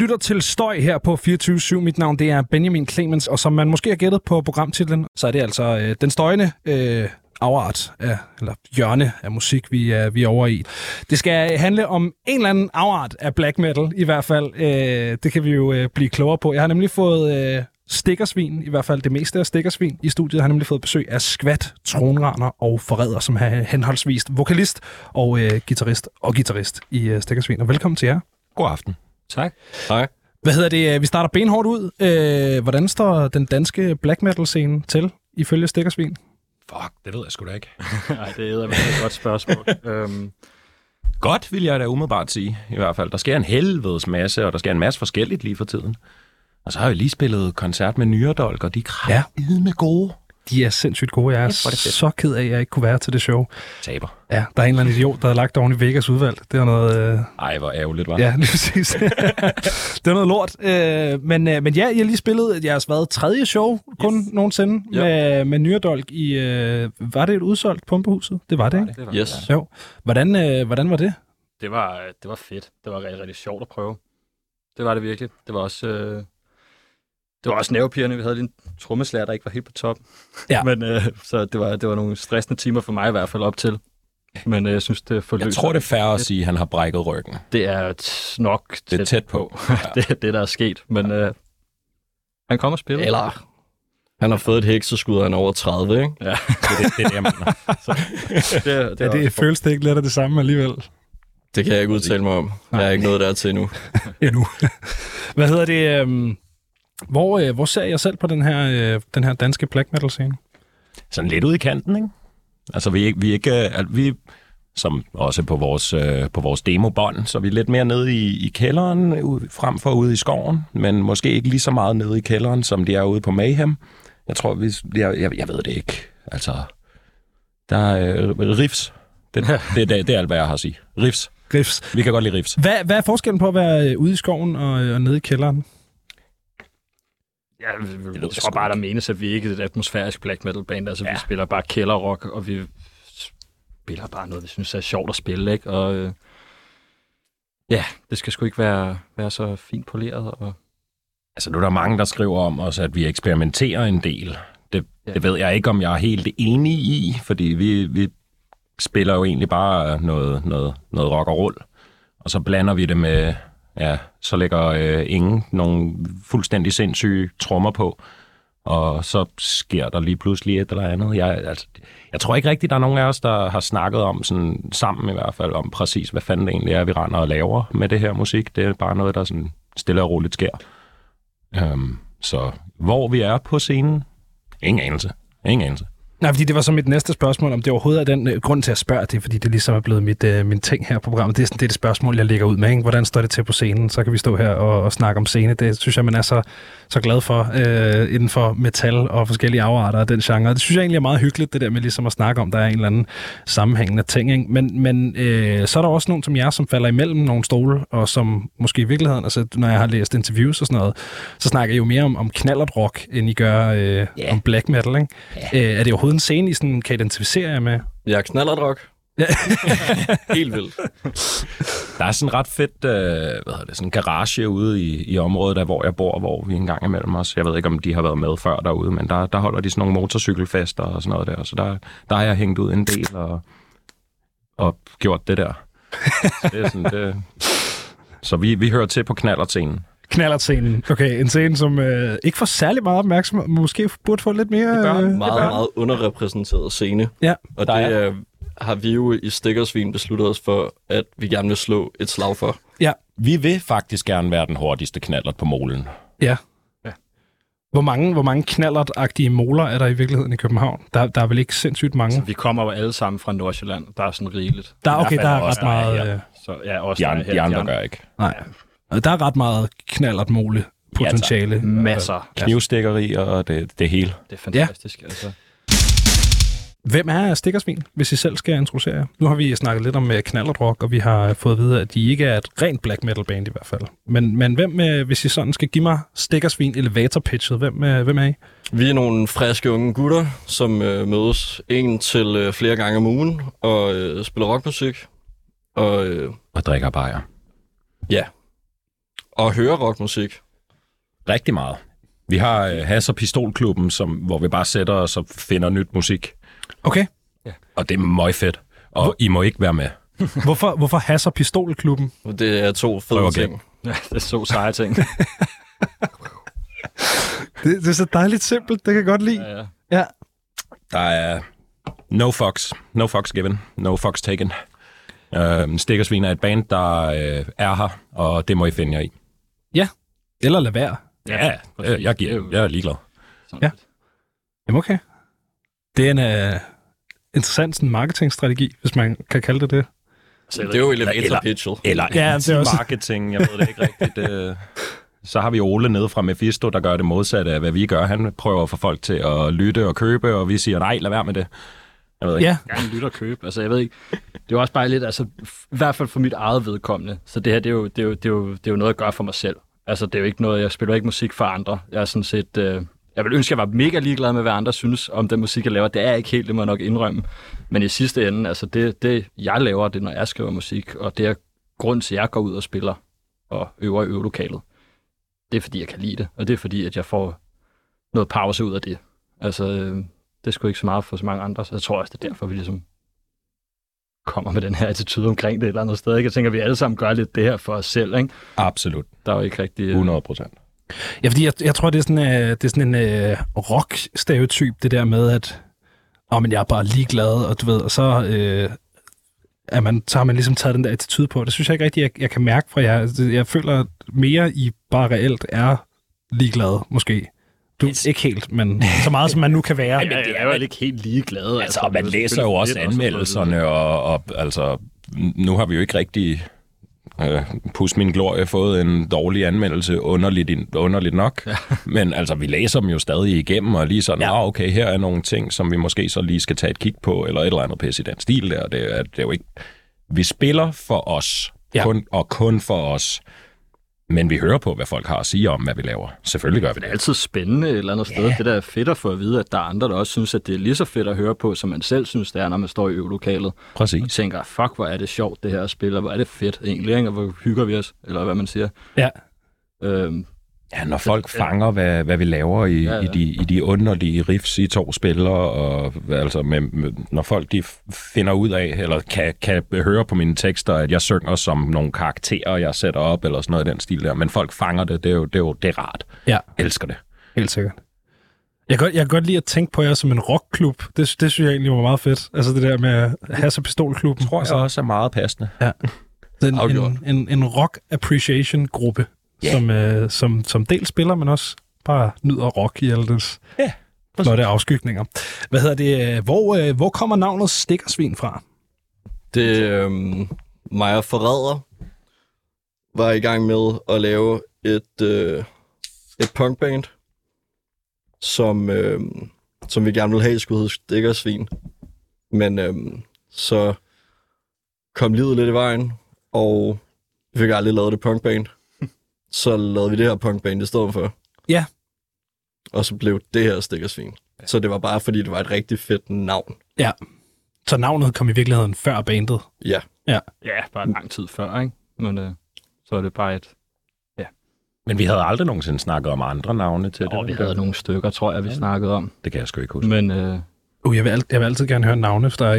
lytter til Støj her på 24/7. Mit navn det er Benjamin Clemens, og som man måske har gættet på programtitlen, så er det altså den støjende afart af, eller hjørne af musik, vi er over i. Det skal handle om en eller anden afart af black metal, i hvert fald. Det kan vi jo blive klogere på. Jeg har nemlig fået stikkersvin, i hvert fald det meste af stikkersvin i studiet. Jeg har nemlig fået besøg af Skvat, Tronraner og Forræder, som er henholdsvis vokalist og guitarist i stikkersvin. Og velkommen til jer. God aften. Tak. Tak. Hvad hedder det? Vi starter benhårdt ud. Hvordan står den danske black metal scene til, ifølge stikkersvin? Fuck, det ved jeg sgu da ikke. Nej, det er et godt spørgsmål. Godt, vil jeg da umiddelbart sige, i hvert fald. Der sker en helvedes masse, og der sker en masse forskelligt lige for tiden. Og så har vi lige spillet koncert med Nyredolk, og de er kraftedeme gode. De er sindssygt gode. Jeg er så ked af, at jeg ikke kunne være til det show. Taber. Ja, der er en eller anden idiot, der har lagt oven i Vegas udvalg. Det er noget... Ej, hvor ærgerligt, var. Ja, lige præcis. Det er noget lort. Men ja, jeg har lige spillet jeres tredje show kun nogensinde med Nyredolk i... var det et udsolgt Pumpehuset? Det var det, ikke? Det var yes. det. Jo. Hvordan var det? Det var fedt. Det var rigtig, rigtig sjovt at prøve. Det var det virkelig. Det var også nervepirrende. Vi havde lige en trommeslager, der ikke var helt på top. Ja. Men så det var nogle stressende timer for mig i hvert fald op til. Men jeg synes, det forløser. Jeg tror, det er fair at sige, at han har brækket ryggen. Det er nok tæt på. Ja. Det er det, der er sket. Men han kommer og spiller. Eller han har fået et hekseskud, og han er over 30, ikke? Ja. Det er det, jeg mener. Det føles det ikke lidt af det samme alligevel? Det kan jeg ikke udtale mig om. Jeg er ikke nået dertil endnu. Hvad hedder det... Hvor ser jeg selv på den her danske black metal scene? Sådan lidt ude i kanten, ikke? Altså vi som også på vores demobånd, så vi er lidt mere nede i kælderen frem for ude i skoven, men måske ikke lige så meget nede i kælderen, som de er ude på Mayhem. Jeg tror jeg ved det ikke. Altså der er riffs. Det er alt, hvad jeg har at sige. Riffs. Vi kan godt lide riffs. Hvad er forskellen på at være ude i skoven og nede i kælderen? Ja, jeg tror bare, der menes, at vi ikke er et atmosfærisk black metal band. Altså, vi spiller bare kælderrock, og vi spiller bare noget, vi synes er sjovt at spille, ikke? Og det skal sgu ikke være så fint poleret. Og... Altså, nu er der mange, der skriver om os, at vi eksperimenterer en del. Det ved jeg ikke, om jeg er helt enig i, fordi vi spiller jo egentlig bare noget rock og roll, og så blander vi det med... Ja, så lægger ingen nogle fuldstændig sindssyge trommer på, og så sker der lige pludselig et eller andet. Jeg tror ikke rigtigt, der er nogen af os, der har snakket om, sådan, sammen i hvert fald, om præcis, hvad fanden det egentlig er, vi render og laver med det her musik. Det er bare noget, der sådan stille og roligt sker. Så hvor vi er på scenen? Ingen anelse. Nej, fordi det var så mit næste spørgsmål, om det overhovedet er den grund til at spørge det, fordi det ligesom er blevet min ting her på programmet. Det er det spørgsmål, jeg lægger ud med, ikke? Hvordan står det til på scenen? Så kan vi stå her og snakke om scene. Det synes jeg, man er så glad for inden for metal og forskellige afarter af den genre. Det synes jeg egentlig er meget hyggeligt, det der med ligesom at snakke om, der er en eller anden sammenhængende ting, ikke? Men så er der også nogen som jer, som falder imellem nogle stole, og som måske i virkeligheden, altså når jeg har læst interviews og sådan noget, så snakker I jo mere om knallert rock, end I gør om black metal, ikke? Er det overhovedet en scene, I sådan kan identificere jer med? Jeg er knallert rock. Ja. Helt vildt. Der er sådan ret fedt, sådan en garage ude i området, der hvor jeg bor, hvor vi engang imellem os. Jeg ved ikke, om de har været med før derude, men der holder de sådan nogle motorcykelfester og sådan noget der. Så der har jeg hængt ud en del og gjort det der. Så det er sådan, det. Så vi hører til på knallertscenen. Knallertscenen. Okay, en scene, som ikke får særlig meget opmærksomhed, måske burde få lidt mere... Meget underrepræsenteret scene. Ja. Og det har vi jo i Stikkersvin besluttet os for, at vi gerne vil slå et slag for. Ja. Vi vil faktisk gerne være den hurtigste knallert på molen. Ja. Hvor mange knallertagtige moler er der i virkeligheden i København? Der er vel ikke sindssygt mange? Så vi kommer jo alle sammen fra Nordsjælland. Der er sådan rigeligt. Der er ret meget... Så, ja, også de andre gør ikke. Nej. Der er ret meget knallertmole potentiale. Ja, masser. Knivstikkeri og det hele. Det er fantastisk, altså. Hvem er Stikkersvin, hvis I selv skal introducere jer? Nu har vi snakket lidt om knallertrock, og vi har fået at vide, at de ikke er et rent black metal band i hvert fald. Men hvem, hvis I sådan skal give mig Stikkersvin elevator-pitchet, hvem er I? Vi er nogle friske unge gutter, som mødes en til flere gange om ugen og spiller rockmusik. Og drikker bajer. Ja. Og høre rockmusik? Rigtig meget. Vi har Hass og Pistolklubben, hvor vi bare sætter os og finder nyt musik. Okay. Ja. Og det er meget fedt. Og I må ikke være med. Hvorfor Hass og Pistolklubben? Det er 2 fede ting. Ja, det er så seje ting. det er så dejligt simpelt. Det kan jeg godt lide. Ja. Der er no fucks given, no fucks taken. Stikkersvin er et band, der er her, og det må I finde jer i. Ja, eller lad være. Ja, jeg er ligeglad. Ja. Jamen okay. Det er en interessant sådan, marketingstrategi, hvis man kan kalde det det. Det er jo elevator pitchet. Eller marketing, jeg ved det ikke rigtigt. Så har vi Ole nede fra Mephisto, der gør det modsatte af, hvad vi gør. Han prøver at få folk til at lytte og købe, og vi siger, nej, lad være med det. Jeg ved ikke. Ja, gerne lytte og købe. Altså, jeg ved ikke. Det er også bare lidt, altså, i hvert fald for mit eget vedkommende. Så det her, det er jo noget, jeg gør for mig selv. Altså, det er jo ikke noget, jeg spiller ikke musik for andre. Jeg er sådan set... Jeg vil ønske, at jeg var mega ligeglad med, hvad andre synes om den musik, jeg laver. Det er ikke helt, det må jeg nok indrømme. Men i sidste ende, altså det jeg laver, det når jeg skriver musik, og det er grund til, at jeg går ud og spiller og øver i øvelokalet. Det er, fordi jeg kan lide det, og det er, fordi at jeg får noget pause ud af det. Altså, det er sgu ikke så meget for så mange andre, så jeg tror også, det er derfor, vi ligesom kommer med den her attitude omkring det et eller andet sted. Ikke? Jeg tænker, at vi alle sammen gør lidt det her for os selv, ikke? Absolut. Der er jo ikke rigtig... 100%. Ja, fordi jeg tror, det er sådan en rock-stereotyp, det der med, at men jeg er bare ligeglad, og du ved, og så, så har man ligesom taget den der attitude på. Det synes jeg ikke rigtigt, jeg kan mærke fra jer. Jeg føler mere, I bare reelt er ligeglade, måske. Du ikke helt, men så meget, som man nu kan være. Men det er jo ikke helt ligeglad. Altså, man læser jo også anmeldelserne, og altså, nu har vi jo ikke rigtig... Pus min glorie fået en dårlig anmeldelse, underligt nok. Ja. Men altså, vi læser dem jo stadig igennem, og lige sådan, okay, her er nogle ting, som vi måske så lige skal tage et kig på, eller et eller andet pisse i den stil der. Det er jo ikke... Vi spiller for os, kun for os, men vi hører på, hvad folk har at sige om, hvad vi laver. Selvfølgelig gør vi det. Det er altid spændende et eller andet sted. Det der er fedt at få at vide, at der er andre, der også synes, at det er lige så fedt at høre på, som man selv synes, det er, når man står i øvelokalet. Præcis. Og tænker, fuck, hvor er det sjovt, det her at spille, og hvor er det fedt egentlig, ikke? Og hvor hygger vi os, eller hvad man siger. Ja. Ja, når folk fanger, hvad vi laver i de underlige riffs i 2 spillere, og altså når folk de finder ud af, eller kan høre på mine tekster, at jeg synger som nogle karakterer, jeg sætter op, eller sådan noget i den stil der, men folk fanger det, det er rart. Ja. Jeg elsker det. Helt sikkert. Jeg kan godt lide at tænke på jer som en rockklub. Det synes jeg egentlig var meget fedt. Altså det der med Hass og Pistolklubben. Tror jeg også er meget passende. Ja. En rock appreciation-gruppe. Yeah. Som dels spiller, men også bare nyder rock i alle dets flotte afskygninger. Hvad hedder det? Hvor kommer navnet Stikkersvin fra? Det mig og Forræder var i gang med at lave et punkband, som vi gerne ville have skulle hedde Stikkersvin. Men så kom livet lidt i vejen, og vi fik aldrig lavet det punkband. Så lavede vi det her punkband i stedet for. Ja. Og så blev det her Stikkersvin. Ja. Så det var bare, fordi det var et rigtig fedt navn. Ja. Så navnet kom i virkeligheden før bandet? Ja. Ja, bare lang tid før, ikke? Men så er det bare et... Ja. Men vi havde aldrig nogensinde snakket om andre navne til det. Vi havde nogle stykker, tror jeg, vi snakkede om. Det kan jeg sgu ikke huske. Men... Jeg vil altid gerne høre navne, for der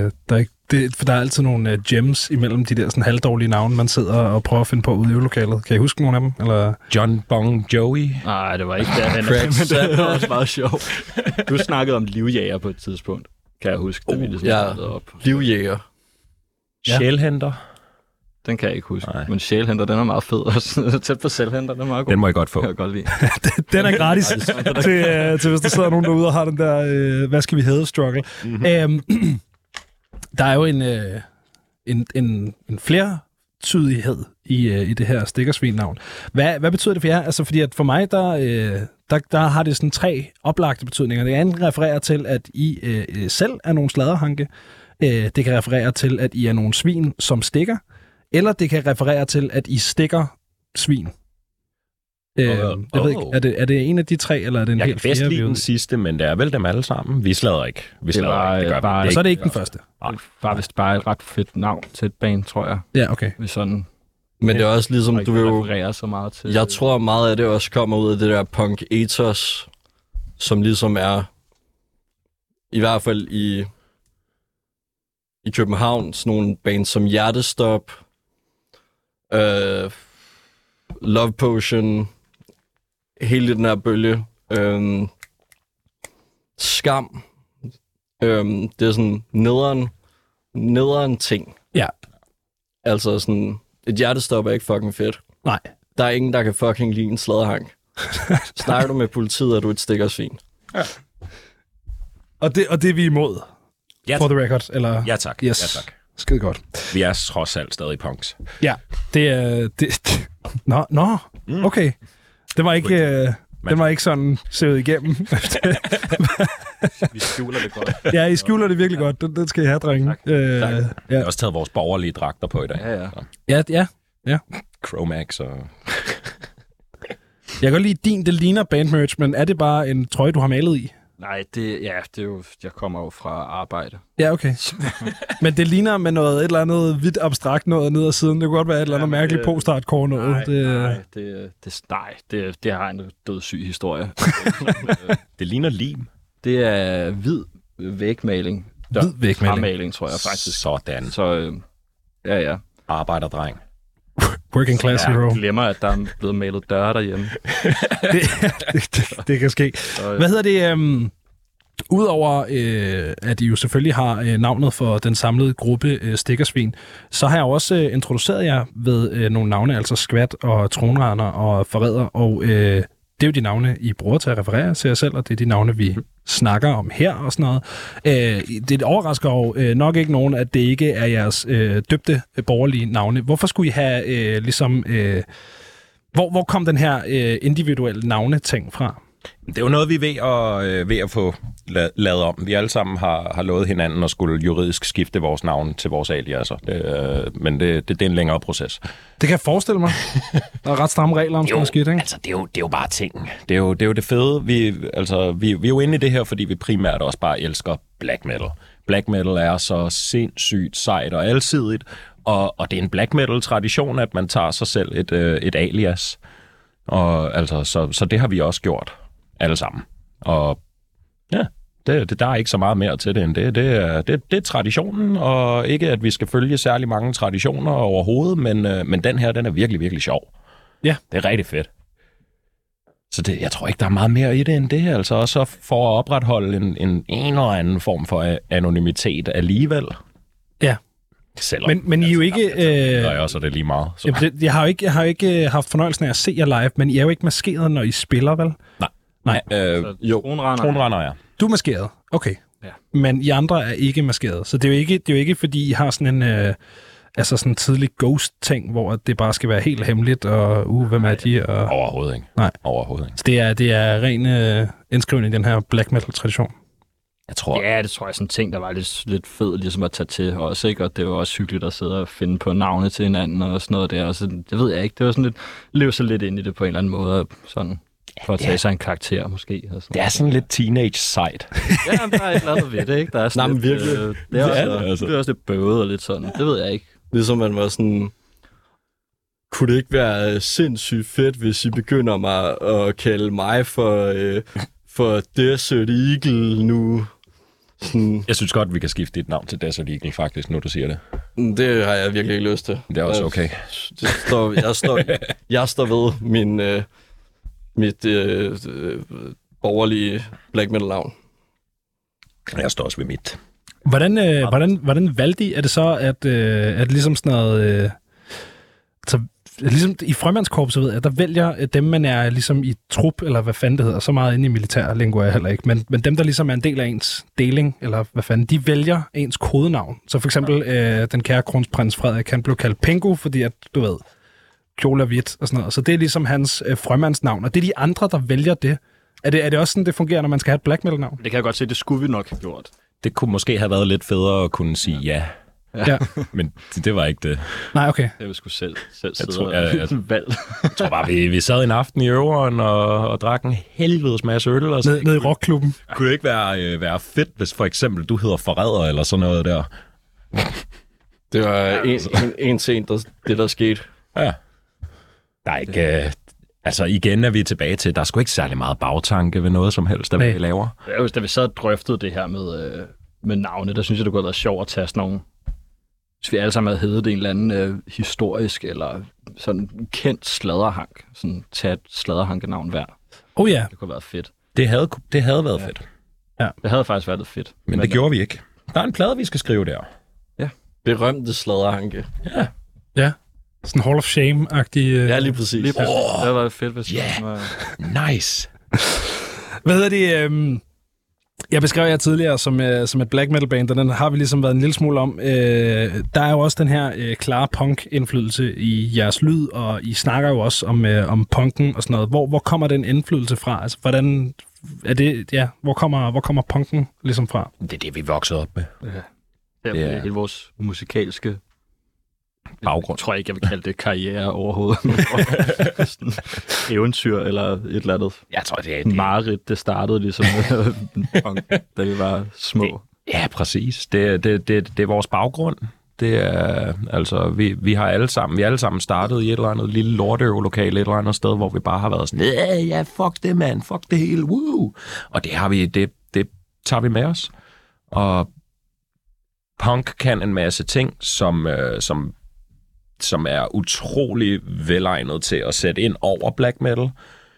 er altid nogle gems imellem de der sådan halvdårlige navne, man sidder og prøver at finde på ude i øvelokalet. Kan I huske nogle af dem? Eller? John Bong Joey? Nej, det var ikke der. Men det var også meget sjovt. Du snakkede om livjæger på et tidspunkt, kan jeg huske. Det vi ligesom op. Livjæger. Sjælhenter? Den kan jeg ikke huske. Nej. Men sjælhenter, den er meget fed. Også tæt på selvhenter, den er meget god. Den må jeg godt få. Jeg kan godt lide. Den er gratis til hvis der sidder nogen derude og har den der, hvad skal vi hedde, struggle. Mm-hmm. Der er jo en flertydighed i det her Stikkersvin-navn. Hvad betyder det for jer? Altså, fordi at for mig, der har det sådan 3 oplagte betydninger. Det ene refererer til, at I selv er nogle sladderhanke. Det kan referere til, at I er nogle svin, som stikker. Eller det kan referere til, at I stikker svin. Jeg ved ikke, er det en af de 3, eller er det en helt fjerde? Jeg kan bedst lide den sidste, men det er vel dem alle sammen. Vi slader ikke. Det gør vi. Så er det ikke den første. Det var vist bare et ret fedt navn til et band, tror jeg. Ja, okay. Hvis sådan Men det er også ligesom, du vil jo... referere så meget til... Jeg tror meget af det også kommer ud af det der punk ethos, som ligesom er, i hvert fald i København, sådan nogle bands som Hjertestop, Love Potion, hele den her bølge, Skam. Det er sådan nederen ting. Ja. Altså sådan, et hjertestop er ikke fucking fedt. Nej. Der er ingen, der kan fucking lide en sladderhang. Snakker du med politiet, er du et stikkersvin. Ja. Og det er vi imod. Ja, for the record, eller? Ja tak. Yes. Ja, tak. Skide godt. Vi er trods alt stadig punks. Ja, det er... Nå, okay. Det var ikke... Den var ikke sådan søget igennem. Vi skjuler det godt. Ja, I skjuler det virkelig godt. Den skal I have, drenge. Tak. Ja. Vi har også taget vores borgerlige dragter på i dag. Ja. Chromax og... Jeg kan godt lide det ligner bandmerch, men er det bare en trøje, du har malet i? Nej, det er jo... Jeg kommer jo fra arbejde. Ja, okay. Men det ligner med noget et eller andet vidt abstrakt noget ned ad siden. Det kunne godt være et eller andet mærkeligt post-hardcore noget. Nej, det har en dødssyg historie. Det ligner lim. Det er hvid vægmaling. Hvid vægmaling? Maling, tror jeg faktisk. Sådan. Så ja. Arbejderdreng. Working class hero. Jeg glemmer, at der er blevet malet døre derhjemme. det kan ske. Hvad hedder det? Udover at I jo selvfølgelig har navnet for den samlede gruppe Stikkersvin, så har jeg også introduceret jer ved nogle navne, altså Skvat og Tronrender og Forræder, og det er jo de navne, I bruger til at referere til jer selv, og det er de navne, vi snakker om her og sådan noget. Det overrasker jo nok ikke nogen, at det ikke er jeres døbte borgerlige navne. Hvorfor skulle I have hvor kom den her individuelle navneting fra? Det er jo noget, vi er ved at få lavet om. Vi alle sammen har lovet hinanden at skulle juridisk skifte vores navn til vores aliaser. Men det er en længere proces. Det kan jeg forestille mig. Der er ret stramme regler om sådan noget skidt, ikke? Altså, det er jo bare ting. Det er jo det fede. Vi er jo inde i det her, fordi vi primært også bare elsker black metal. Black metal er så sindssygt sejt og alsidigt, og det er en black metal-tradition, at man tager sig selv et alias. Og altså, så det har vi også gjort. Alle sammen. Og ja, der er ikke så meget mere til det end det. Det er traditionen, og ikke at vi skal følge særlig mange traditioner overhovedet, men den her, den er virkelig, virkelig sjov. Ja. Det er rigtig fedt. Så jeg tror ikke, der er meget mere i det end det, altså. Og så for at opretholde en eller anden form for anonymitet alligevel. Ja. Selvom, men I er jo ikke... gør jeg også, det er lige meget. Jeg har jo ikke haft fornøjelsen af at se jer live, men I er jo ikke maskeret, når I spiller, vel? Nej. Jo, Tronrender, ja. Du er maskeret, okay. Ja. Men I andre er ikke maskeret, så det er jo ikke fordi I har sådan en sådan en tidlig ghost-ting, hvor det bare skal være helt hemmeligt, og hvem er de? Og... Overhovedet ikke. Nej. Overhovedet ikke. Så det er ren indskrivning i den her black metal-tradition. Jeg tror... Ja, det tror jeg er sådan en ting, der var lidt fed ligesom at tage til også, ikke? Og det var også hyggeligt at sidde og finde på navne til hinanden og sådan noget der. Og så, det ved jeg ikke, det var sådan lidt, leve sig lidt ind i det på en eller anden måde, sådan... For at tage sig en karakter, måske. Og sådan. Det er sådan lidt teenage-sejt. Ja, der er et eller andet ved det, ikke? Der er sådan lidt, virkelig. Det er også lidt bøvet og lidt sådan. Det ved jeg ikke. Ligesom man var sådan... Kunne det ikke være sindssygt fedt, hvis I begynder mig at kalde mig for Desert Eagle nu? Sådan. Jeg synes godt, vi kan skifte dit navn til Desert Eagle, faktisk, nu du siger det. Det har jeg virkelig ikke lyst til. Det er også okay. Jeg står ved mit borgerlige black metal navn. Jeg står også ved mit. Hvordan valgte I? Er det så, at ligesom sådan noget... så ligesom i frømandskorpset, ved jeg, der vælger dem, man er ligesom i trup, eller hvad fanden det hedder, så meget inde i militærlingo er jeg heller ikke, men dem, der ligesom er en del af ens deling, eller hvad fanden, de vælger ens kodenavn. Så for eksempel den kære kronprins Frederik, han blev kaldt Pengu, fordi at, du ved, kjole er hvidt og sådan noget. Så det er ligesom hans frømandsnavn, og det er de andre, der vælger det. Er det også sådan, det fungerer, når man skal have et black metal-navn? Det kan jeg godt se, det skulle vi nok have gjort. Det kunne måske have været lidt federe at kunne sige ja. Ja. Men det var ikke det. Nej, okay. Det har vi sgu selv sidde og valgt. Jeg tror bare, vi sad en aften i øveren og drak en helvedes masse øl. Og ned i rockklubben. Kunne det ikke være fedt, hvis for eksempel du hedder Forræder eller sådan noget der? Det var en til en, det der skete. Ja. Der er ikke... altså igen er vi tilbage til, der er sgu ikke særlig meget bagtanke ved noget som helst, der vi laver. Ja, da vi sad og drøftede det her med navne, der synes jeg, det kunne have været sjovt at tage sådan nogle... Hvis vi alle sammen havde heddet en eller anden historisk eller sådan kendt sladderhank. Sådan tage et sladderhankenavn hver. Oh ja. Det kunne have været fedt. Det havde været fedt. Ja. Det havde faktisk været fedt. Men det gjorde vi ikke. Der er en plade, vi skal skrive der. Ja. Berømte sladderhanke. Ja. Ja. Sådan Hall of Shame-agtig... Ja, lige præcis. Lige præcis. Det var fedt, hvis det var... Nice. Hvad hedder det? Jeg beskrev jer tidligere som et black metal band, og den har vi ligesom været en lille smule om. Der er jo også den her klare punk-indflydelse i jeres lyd, og I snakker jo også om punken og sådan noget. Hvor kommer den indflydelse fra? Altså, hvordan er det... Ja, hvor kommer punken ligesom fra? Det er det, vi voksede op med. Ja. Det er hele vores musikalske baggrund. Jeg tror ikke, jeg vil kalde det karriere overhovedet. Sådan eventyr eller et eller andet. Jeg tror, det er mareridt. Det startede ligesom da vi var små. Ja, præcis. Det er vores baggrund. Det er, altså, vi har alle sammen startet i et eller andet lille lorteøvelokale et eller andet sted, hvor vi bare har været sådan, ja, fuck det, mand, fuck det hele, woo! Og det har vi, det tager vi med os. Og punk kan en masse ting, som er utrolig velegnet til at sætte ind over black metal.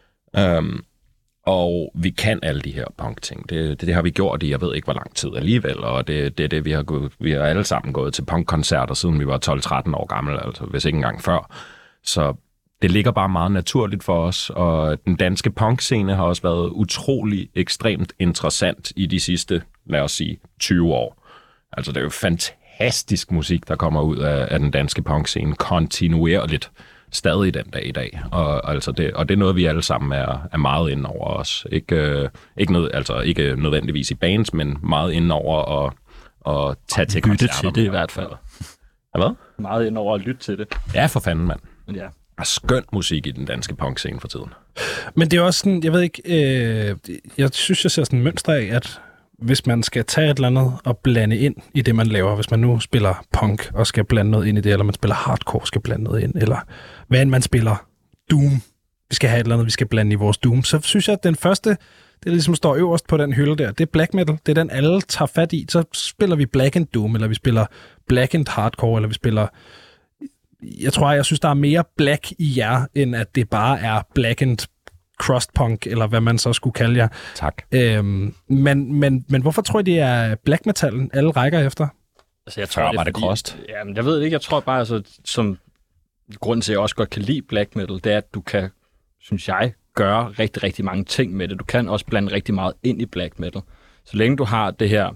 Og vi kan alle de her punk-ting. Det har vi gjort i, jeg ved ikke hvor lang tid alligevel, og det er det, vi har alle sammen gået til punk-koncerter, siden vi var 12-13 år gamle, altså hvis ikke engang før. Så det ligger bare meget naturligt for os, og den danske punk-scene har også været utrolig ekstremt interessant i de sidste, lad os sige, 20 år. Altså det er jo fantastisk musik, der kommer ud af den danske punk-scene kontinuerligt. Stadig den dag i dag. Og det er noget, vi alle sammen er meget inde over os. Ikke nødvendigvis i bands, men meget inde over at tage til koncerter. Lytte til det i hvert fald. Hvad? Meget inde over at lytte til det. Ja, for fanden, mand. Ja. Der er skøn musik i den danske punk-scene for tiden. Men det er også sådan, jeg ved ikke, jeg synes, jeg ser sådan en mønster af, at hvis man skal tage et eller andet og blande ind i det, man laver, hvis man nu spiller punk og skal blande noget ind i det, eller man spiller hardcore og skal blande noget ind, eller hvad end man spiller doom, vi skal have et eller andet, vi skal blande i vores doom, så synes jeg, at den første, det ligesom står øverst på den hylde der, det er black metal, det er den alle tager fat i, så spiller vi black and doom, eller vi spiller black and hardcore, eller vi spiller... Jeg synes, der er mere black i jer, end at det bare er black and crust-punk, eller hvad man så skulle kalde jer. Tak. Men hvorfor tror I, det er black metallen, alle rækker efter? Altså, jeg tror, var det crust? Jamen, jeg ved det ikke. Jeg tror bare, altså, som grunden til, at jeg også godt kan lide black metal, det er, at du kan, synes jeg, gøre rigtig, rigtig mange ting med det. Du kan også blande rigtig meget ind i black metal. Så længe du har det her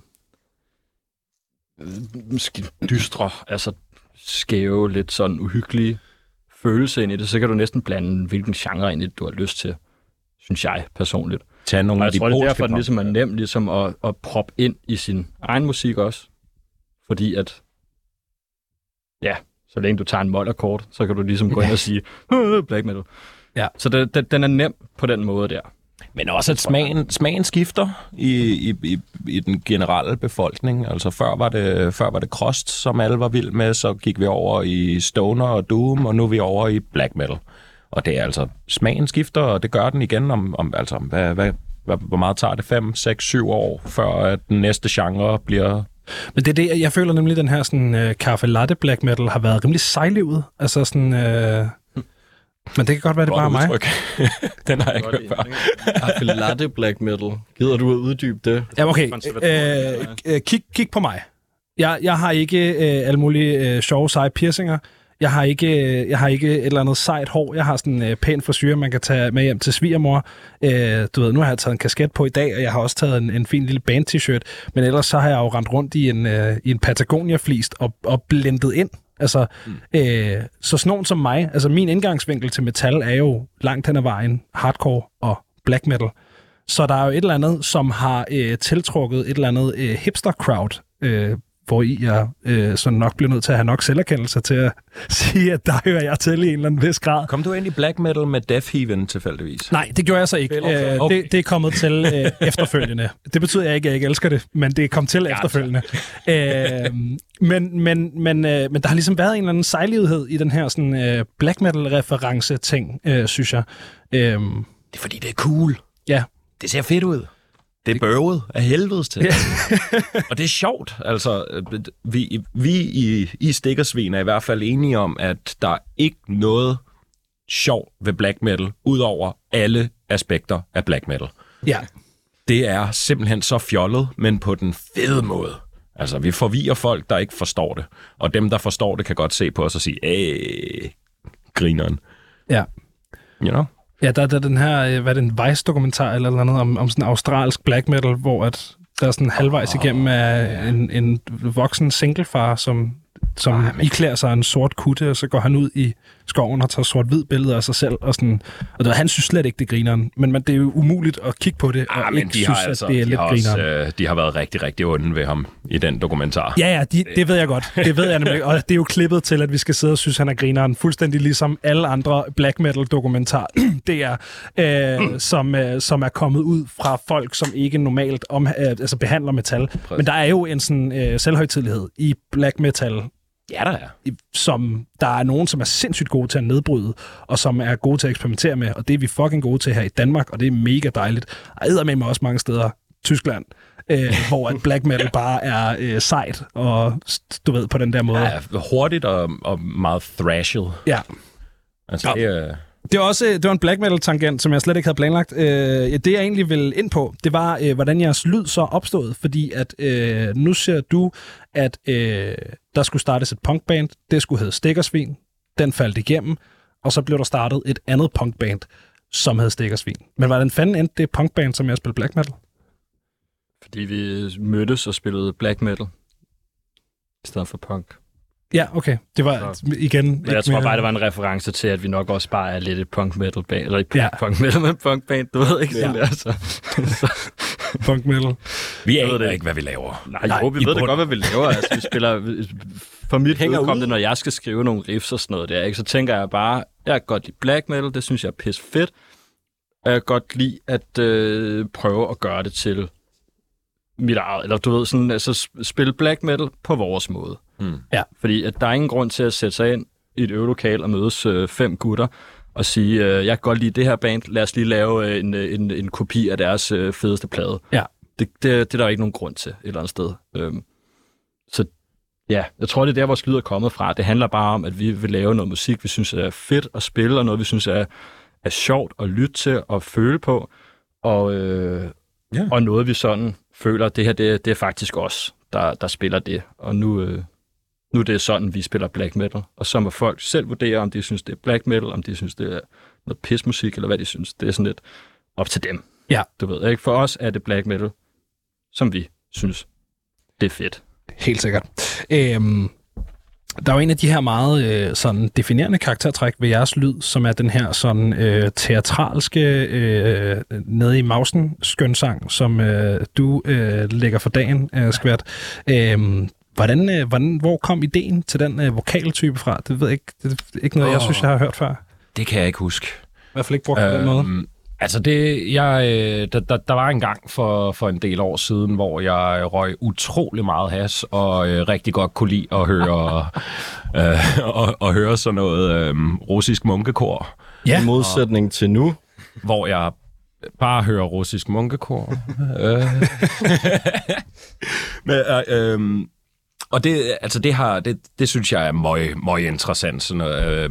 dystre, altså skæve, lidt sådan uhyggelige følelse ind i det, så kan du næsten blande hvilken genre ind i det, du har lyst til, synes jeg personligt. Tag nogle og af jeg tror, det er derfor, den punk. ligesom er nem ligesom at proppe ind i sin egen musik også. Fordi at, ja, så længe du tager en mollerkort, så kan du ligesom gå ind og sige, black metal. Ja. Så den er nem på den måde der. Men også at smagen skifter i den generelle befolkning. Altså før var det crust, som alle var vild med, så gik vi over i stoner og doom, og nu er vi over i black metal. Og det er altså, smagen skifter, og det gør den igen altså, hvor meget tager det? 5, 6, 7 år, før at den næste genre bliver... Men det er det, jeg føler nemlig, den her sådan kaffe latte black metal har været rimelig sejlivet. Altså sådan... Men det kan godt være, det bare er mig. Den har jeg ikke hørt før. Kaffe latte black metal. Gider du at uddybe det? Ja, okay. Kig på mig. Jeg har ikke alle mulige sjove, seje piercinger. Jeg har ikke et eller andet sejt hår. Jeg har sådan en pæn frisyr, man kan tage med hjem til svigermor. Du ved, nu har jeg taget en kasket på i dag, og jeg har også taget en fin lille band-t-shirt. Men ellers så har jeg jo rendt rundt i en Patagonia-flist og blendet ind. Altså, så sådan nogen som mig, altså min indgangsvinkel til metal er jo langt hen ad vejen hardcore og black metal. Så der er jo et eller andet, som har tiltrukket et eller andet hipster-crowd, hvor jeg sådan nok bliver nødt til at have nok selverkendelse til at sige, at der hører jeg til i en eller anden vis grad. Kom du ind i black metal med Death Heaven tilfældigvis? Nej, det gjorde jeg så ikke. Okay. Det er kommet til efterfølgende. Det betyder ikke, at jeg ikke elsker det, men det er kommet til efterfølgende. Men der har ligesom været en eller anden sejlighed i den her sådan, black metal-reference-ting, synes jeg. Det er fordi, det er cool. Ja. Det ser fedt ud. Det er bøvet af helvedes til. Og det er sjovt. Altså, vi i Stikkersvin er i hvert fald enige om, at der er ikke noget sjovt ved black metal, udover alle aspekter af black metal. Ja. Det er simpelthen så fjollet, men på den fede måde. Altså, vi forvirrer folk, der ikke forstår det. Og dem, der forstår det, kan godt se på os og sige, grineren. Ja. You know? Ja, der er den her, hvad er det, en Vice-dokumentar eller noget om sådan australsk black metal, hvor at der er sådan halvvejs igennem af en voksen singlefar, som iklæder sig en sort kutte, og så går han ud i skoven og tager sort-hvid billeder af sig selv, og sådan, og han synes slet ikke, det er grineren. Men det er jo umuligt at kigge på det, og ikke synes, at det er lidt grineren. De har været rigtig, rigtig onde ved ham i den dokumentar. Ja, det ved jeg godt. Det ved jeg nemlig, og det er jo klippet til, at vi skal sidde og synes, han er grineren, fuldstændig ligesom alle andre black metal-dokumentarer. Det er, som er kommet ud fra folk, som ikke normalt altså behandler metal. Præcis. Men der er jo en sådan selvhøjtidelighed i black metal, ja, der er. Som der er nogen, som er sindssygt gode til at nedbryde, og som er gode til at eksperimentere med, og det er vi fucking gode til her i Danmark, og det er mega dejligt. Og eddermame også mange steder, Tyskland, hvor at black metal bare er sejt, og du ved, på den der måde. Ja, hurtigt og meget thrashet. Ja. Altså, Det var en black metal-tangent, som jeg slet ikke havde planlagt. Det, jeg egentlig ville ind på, det var, hvordan jeres lyd så opstod. Fordi at nu ser du, at der skulle startes et punkband. Det skulle hedde Stikkersvin. Den faldt igennem. Og så blev der startet et andet punkband, som hed Stikkersvin. Men hvordan fanden endte det punkband, som jeg spillede black metal? Fordi vi mødtes og spillede black metal i stedet for punk. Ja, okay. Det var igen... Jeg tror bare, det var en reference til, at vi nok også bare er lidt et punk metal band, eller ikke punk metal, men punk band, du ved ikke sådan der. Så. Punk metal. Vi aner ikke, hvad vi laver. Nej, vi ved det godt, hvad vi laver. Altså, vi spiller... For mit vedkommende, når jeg skal skrive nogle riffs og sådan noget der, ikke, så tænker jeg bare, jeg kan godt lide black metal, det synes jeg er pisse fedt. Jeg kan godt lide at prøve at gøre det til mit eget, eller du ved, sådan, altså spille black metal på vores måde. Ja. Fordi at der er ingen grund til at sætte sig ind i et øvelokal og mødes 5 gutter og sige, jeg kan godt lide det her band, lad os lige lave en kopi af deres fedeste plade. Ja. Det er der ikke nogen grund til et eller andet sted. Så ja, jeg tror, det er der, vores lyd er kommet fra. Det handler bare om, at vi vil lave noget musik, vi synes er fedt at spille, og noget, vi synes er sjovt at lytte til og føle på. Og noget, vi sådan føler, det her, det er faktisk os, der spiller det. Og nu er det sådan, vi spiller black metal. Og så må folk selv vurdere, om de synes, det er black metal, om de synes, det er noget pismusik, eller hvad de synes. Det er sådan lidt op til dem. Ja. Du ved ikke? For os er det black metal, som vi synes, det er fedt. Helt sikkert. Der er jo en af de her meget sådan definerende karaktertræk ved jeres lyd, som er den her sådan teatralske nede i mausen skønsang, som du lægger for dagen, Skvært. Hvor kom ideen til den vokaltype fra? Det ved jeg ikke. Det er ikke noget, jeg synes, jeg har hørt før. Det kan jeg ikke huske. I hvert fald ikke brugt på den måde. Altså, der var en gang for en del år siden, hvor jeg røg utrolig meget has, og rigtig godt kunne lide at høre, at høre sådan noget russisk munkekor. Ja. I modsætning til nu. Hvor jeg bare hører russisk munkekor. Og det synes jeg er meget interessant. Sådan noget,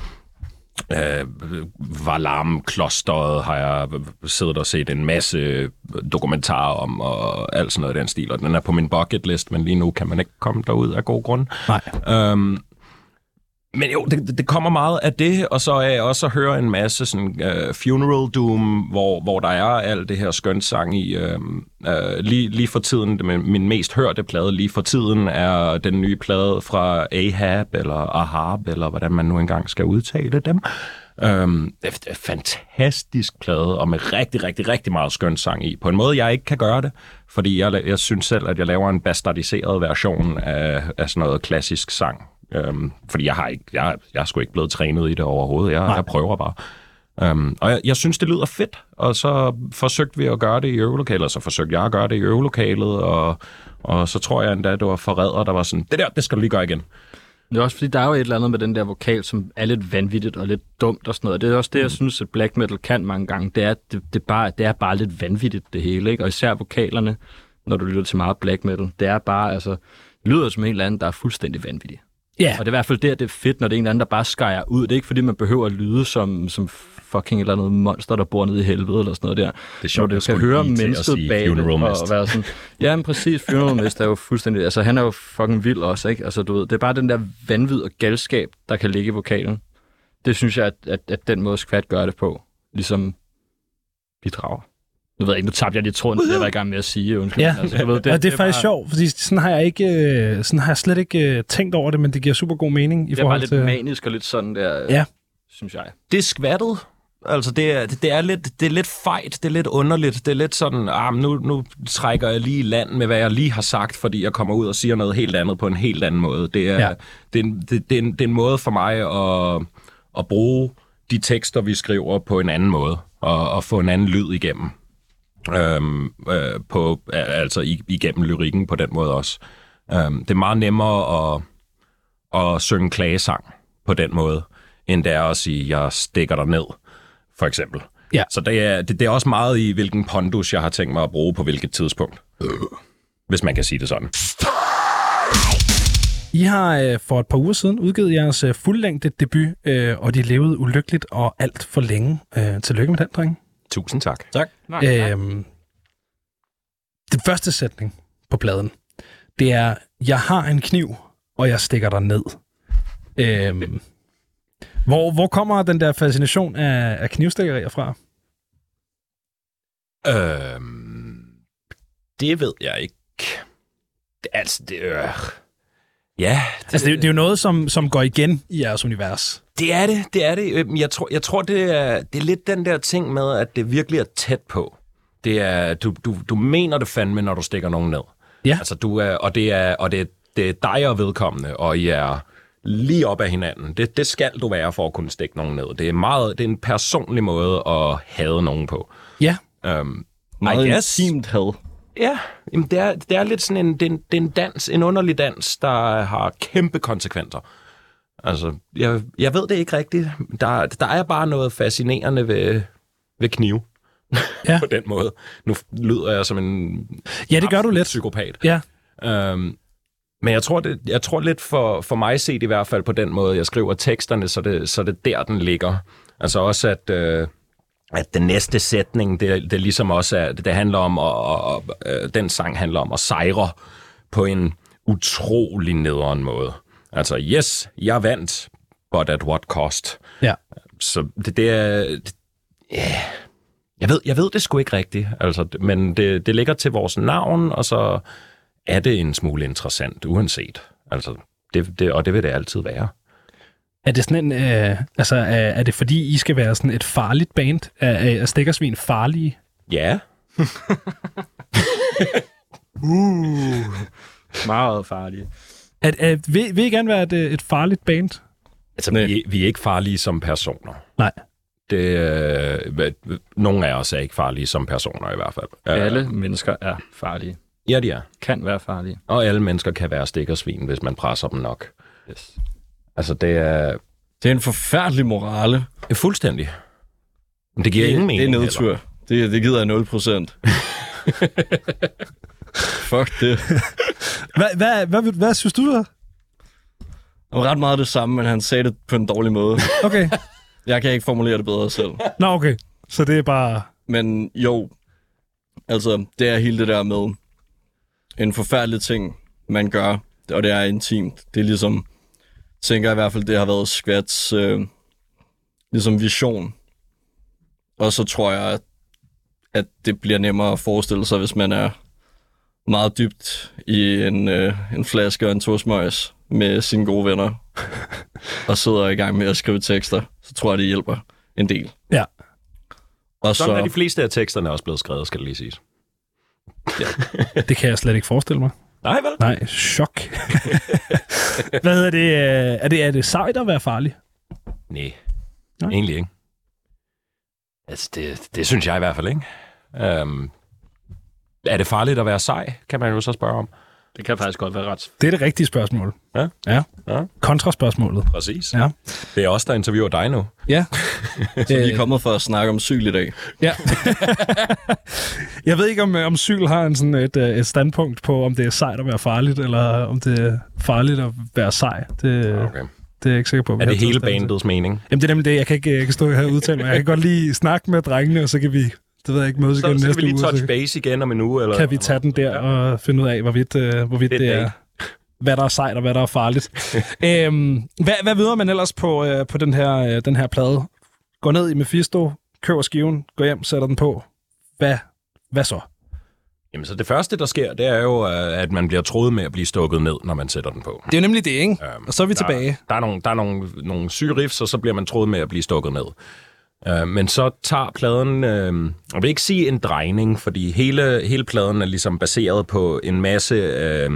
Valarm-klosteret har jeg siddet og set en masse dokumentarer om, og alt sådan noget i den stil, og den er på min bucket list, men lige nu kan man ikke komme derud af god grund. Nej. Men jo, det kommer meget af det, og så er jeg også at høre en masse sådan, funeral doom, hvor der er alt det her skønsang i. Lige for tiden, min mest hørte plade lige for tiden, er den nye plade fra Ahab, eller Ahab, eller hvordan man nu engang skal udtale dem. Fantastisk plade, og med rigtig, rigtig, rigtig meget skøn sang i. På en måde, jeg ikke kan gøre det, fordi jeg synes selv, at jeg laver en bastardiseret version af sådan noget klassisk sang. Fordi jeg er sgu ikke blevet trænet i det overhovedet. Jeg prøver bare. Og jeg synes, det lyder fedt, og så forsøgte vi at gøre det i øvelokalet, og så forsøgte jeg at gøre det i øvelokalet, og så tror jeg endda, at det var Forræder, der var sådan, det skal du lige gøre igen. Det er også fordi, der er jo et eller andet med den der vokal, som er lidt vanvittigt og lidt dumt og sådan noget. Det er også det, jeg synes, at black metal kan mange gange. Det er bare lidt vanvittigt, det hele, ikke? Og især vokalerne, når du lytter til meget black metal, det er bare, altså, lyder som en eller anden, der er fuldstændig vanvittig. Ja. Og det er i hvert fald det er fedt, når det er en eller anden, der bare skærer ud. Det er ikke fordi, man behøver at lyde som fucking et eller andet monster, der bor nede i helvede eller sådan noget der. Det er sjovt, du kan høre mennesket bag det og være sådan. Ja, men præcis. Funeral Mist er jo fuldstændig... Altså, han er jo fucking vild også, ikke? Altså, du ved, det er bare den der vanvid og galskab, der kan ligge i vokalen. Det synes jeg, at den måde Skvat gør det på, ligesom bidrager. Nu ved jeg ikke, nu tabte jeg lige tråden, det jeg var i gang med at sige. Undskyld. Ja, altså, ved, det er faktisk sjovt, fordi sådan har jeg slet ikke tænkt over det, men det giver super god mening i forhold til... Det er bare lidt manisk og lidt sådan der, synes jeg. Det er skvattet. Altså, det er lidt fejt, det er lidt underligt, det er lidt sådan, nu trækker jeg lige i land med, hvad jeg lige har sagt, fordi jeg kommer ud og siger noget helt andet på en helt anden måde. Det er en måde for mig at bruge de tekster, vi skriver på en anden måde, og få en anden lyd igennem. Igennem lyrikken på den måde også. Det er meget nemmere at synge klagesang på den måde, end det er at sige, jeg stikker dig ned, for eksempel. Ja. Så det er også meget i, hvilken pondus jeg har tænkt mig at bruge på hvilket tidspunkt. Hvis man kan sige det sådan. I har for et par uger siden udgivet jeres fuldlængde debut, og de levede ulykkeligt og alt for længe. Tillykke med den, drenge. Tusind tak. Tak. Den første sætning på pladen, det er, jeg har en kniv, og jeg stikker dig ned. Hvor kommer den der fascination af knivstikkerier fra? Det ved jeg ikke. Det er jo noget, som går igen i jeres univers. Det er det. Jeg tror det er lidt den der ting med, at det virkelig er tæt på. Det er, du mener det fandme, når du stikker nogen ned. Ja. Altså, det er dig og vedkommende, og I er lige op ad hinanden. Det skal du være for at kunne stikke nogen ned. Det er en personlig måde at hade nogen på. Ja. Meget intimt had. Ja, jamen det er lidt sådan en dans, en underlig dans, der har kæmpe konsekvenser. Altså, jeg ved det ikke rigtigt. Der er bare noget fascinerende ved knive. Ja. På den måde. Nu lyder jeg som en... Ja, det gør du lidt. Psykopat. Ja. Men jeg tror lidt for mig set i hvert fald på den måde, jeg skriver teksterne, så det der, den ligger. Altså også, at den næste sætning, det ligesom også er, det handler om, og den sang handler om at sejre på en utrolig nederen måde. Altså, yes, jeg vandt, but at what cost? Ja. Så det er... Jeg ved det sgu ikke rigtigt, altså, men det ligger til vores navn, og så er det en smule interessant, uanset. Altså, og det vil det altid være. Er det sådan en, er det fordi, I skal være sådan et farligt band? Er Stikkersvin farlige? Ja. Meget farlige. Vil I gerne være et farligt band? Altså, vi er ikke farlige som personer. Nej. Nogle af os er ikke farlige som personer i hvert fald. Alle mennesker er farlige. Ja, de er. Kan være farlige. Og alle mennesker kan være stikkersvin, hvis man presser dem nok. Yes. Altså, det er en forfærdelig morale. Fuldstændig. Men det giver ingen mening. Det er nedtur. Det gider jeg 0%. Fuck det. Hvad synes du så? Det var ret meget det samme, men han sagde det på en dårlig måde. Okay. Jeg kan ikke formulere det bedre selv. Nå, okay. Så det er bare... Men jo, altså, det er hele det der med en forfærdelig ting, man gør, og det er intimt. Det er ligesom, tænker jeg i hvert fald, det har været Skvats ligesom vision. Og så tror jeg, at det bliver nemmere at forestille sig, hvis man er meget dybt i en flaske og en tosmøjs, med sine gode venner, og sidder i gang med at skrive tekster, så tror jeg, det hjælper en del. Ja. Og sådan er de fleste af teksterne også blevet skrevet, skal det lige siges. Ja. Det kan jeg slet ikke forestille mig. Nej, vel? Nej, chok. Hvad hedder det? Er det sejt at være farlig? Nej, egentlig ikke. Altså, det synes jeg i hvert fald ikke. Er det farligt at være sej, kan man jo så spørge om. Det kan faktisk godt være ret. Det er det rigtige spørgsmål. Ja. Kontraspørgsmålet. Præcis. Ja. Det er os, der interviewer dig nu. Ja. Så vi er kommet for at snakke om cykel i dag. Ja. Jeg ved ikke, om cykel har sådan et standpunkt på, om det er sejt at være farligt, eller om det er farligt at være sej. Det er jeg ikke sikker på. Er det hele bandets mening? Jamen, det er nemlig det. Jeg kan stå her og udtale mig. Jeg kan godt lige snakke med drengene, og så kan vi... Det ved jeg ikke, mødes igen næste uge. Så kan vi lige touch base igen om en uge? Eller? Kan vi tage den der og finde ud af, hvorvidt det er, hvad der er sejt og hvad der er farligt. Hvad videre man ellers på den her plade? Gå ned i Mephisto, køber skiven, gå hjem, sætter den på. Hvad så? Jamen, så det første, der sker, det er jo, at man bliver troet med at blive stukket ned, når man sætter den på. Det er jo nemlig det, ikke? Og så er vi tilbage. Der er nogle syge riffs, og så bliver man troet med at blive stukket ned. Men så tager pladen, jeg vil ikke sige en drejning, fordi hele pladen er ligesom baseret på en masse,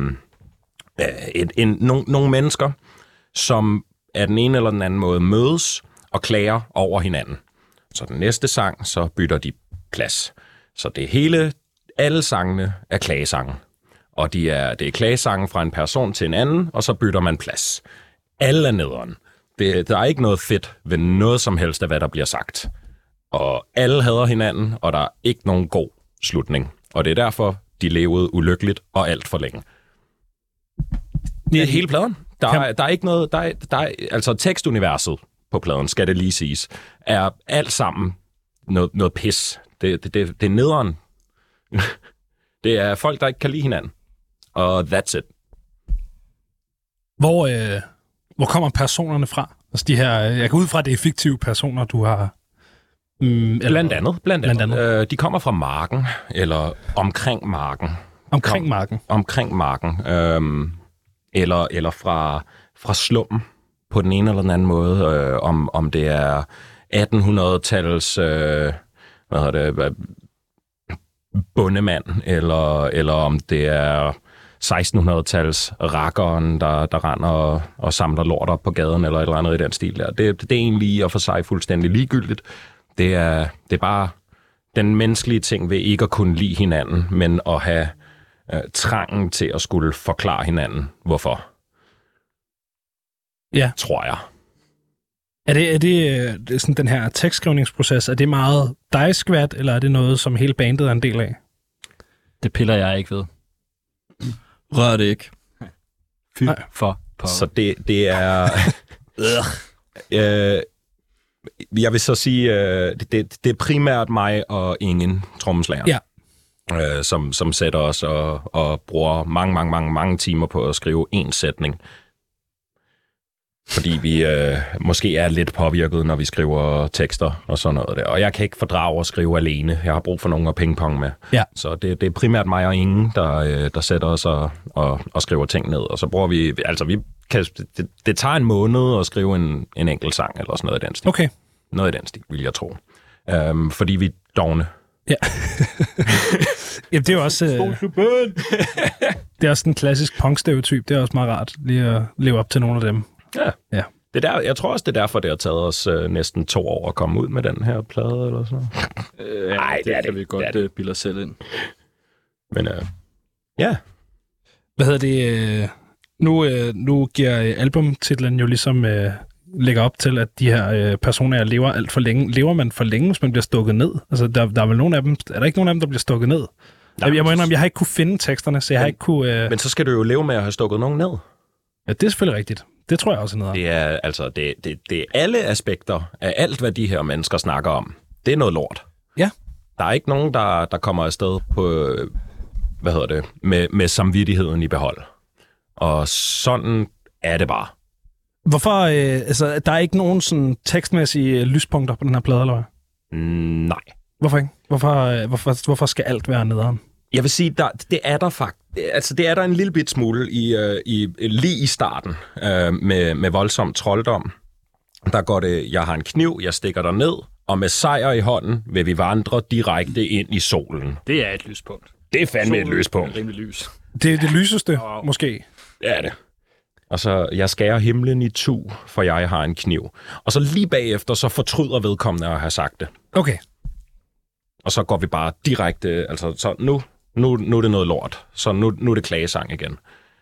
nogle mennesker, som af den ene eller den anden måde mødes og klager over hinanden. Så den næste sang, så bytter de plads. Så det alle sangene er klagesange. Og det er klagesange fra en person til en anden, og så bytter man plads. Alle er nederen. Der er ikke noget fedt ved noget som helst af, hvad der bliver sagt. Og alle hader hinanden, og der er ikke nogen god slutning. Og det er derfor, de levede ulykkeligt og alt for længe. Det er hele pladen. Der er ikke noget... Altså tekstuniverset på pladen, skal det lige siges, er alt sammen noget pis. Det er nederen. Det er folk, der ikke kan lide hinanden. Og that's it. Hvor kommer personerne fra? Altså de her, jeg går ud fra, at det er fiktive personer, du har... Blandt andet. De kommer fra marken, eller omkring marken. Omkring marken? Omkring marken. Eller fra slummen, på den ene eller den anden måde. Om det er 1800-tals... bondemand, eller om det er 1600-tals rakkeren, der render og samler lort op på gaden, eller et eller andet i den stil der. Det er egentlig og for sig fuldstændig ligegyldigt. Det er bare den menneskelige ting ved ikke at kunne lide hinanden, men at have trangen til at skulle forklare hinanden, hvorfor. Ja. Tror jeg. Er det sådan den her tekstskrivningsproces, er det meget dig skvat, eller er det noget, som hele bandet er en del af? Det piller jeg ikke ved. Rør det ikke. Fy for power. Så det er... jeg vil så sige, det er primært mig og ingen trommeslager, som sætter os og bruger mange timer på at skrive en sætning. Fordi vi måske er lidt påvirket, når vi skriver tekster og sådan noget der. Og jeg kan ikke fordrage at skrive alene. Jeg har brug for nogen at pingpong med. Ja. Så det er primært mig og ingen, der sætter os og skriver ting ned. Og så bruger vi... Altså, det tager en måned at skrive en enkelt sang eller sådan noget i den stil. Okay. Noget i den stil, vil jeg tro. Fordi vi er dovne. Ja. Jamen, det er jo også... det er også en klassisk punk-stereotyp. Det er også meget rart lige at leve op til nogle af dem. Ja. Jeg tror også, det er derfor, det har taget os næsten 2 år at komme ud med den her plade, eller sådan noget. Nej, det kan vi godt bilde os selv ind. Men ja. Hvad hedder det? Nu giver albumtitlen jo ligesom lægger op til, at de her personer lever alt for længe. Lever man for længe, hvis man bliver stukket ned? Altså, der er vel nogen af dem... Er der ikke nogen af dem, der bliver stukket ned? Nej, jeg må indrømme, jeg har ikke kunne finde teksterne, så jeg har ikke kunne... Men så skal du jo leve med at have stukket nogen ned. Ja, det er selvfølgelig rigtigt. Det tror jeg også er noget. Det er alle aspekter af alt, hvad de her mennesker snakker om. Det er noget lort. Ja. Der er ikke nogen, der kommer afsted på, med samvittigheden i behold. Og sådan er det bare. Hvorfor, der er ikke nogen sådan tekstmæssige lyspunkter på den her plade, eller hvad? Nej. Hvorfor ikke? Hvorfor skal alt være nederen? Jeg vil sige, det er der faktisk. Altså, det er der en lille bit smule lige i starten med voldsom trolddom. Der går det, jeg har en kniv, jeg stikker der ned, og med sejr i hånden vil vi vandre direkte ind i solen. Det er et lyspunkt. Det er fandme et lyspunkt. Det er rimelig lys. Det er det lyseste, måske. Det er det. Og så, jeg skærer himlen i tu, for jeg har en kniv. Og så lige bagefter, så fortryder vedkommende at have sagt det. Okay. Og så går vi bare direkte, altså så nu er det noget lort. Så nu er det klagesang igen.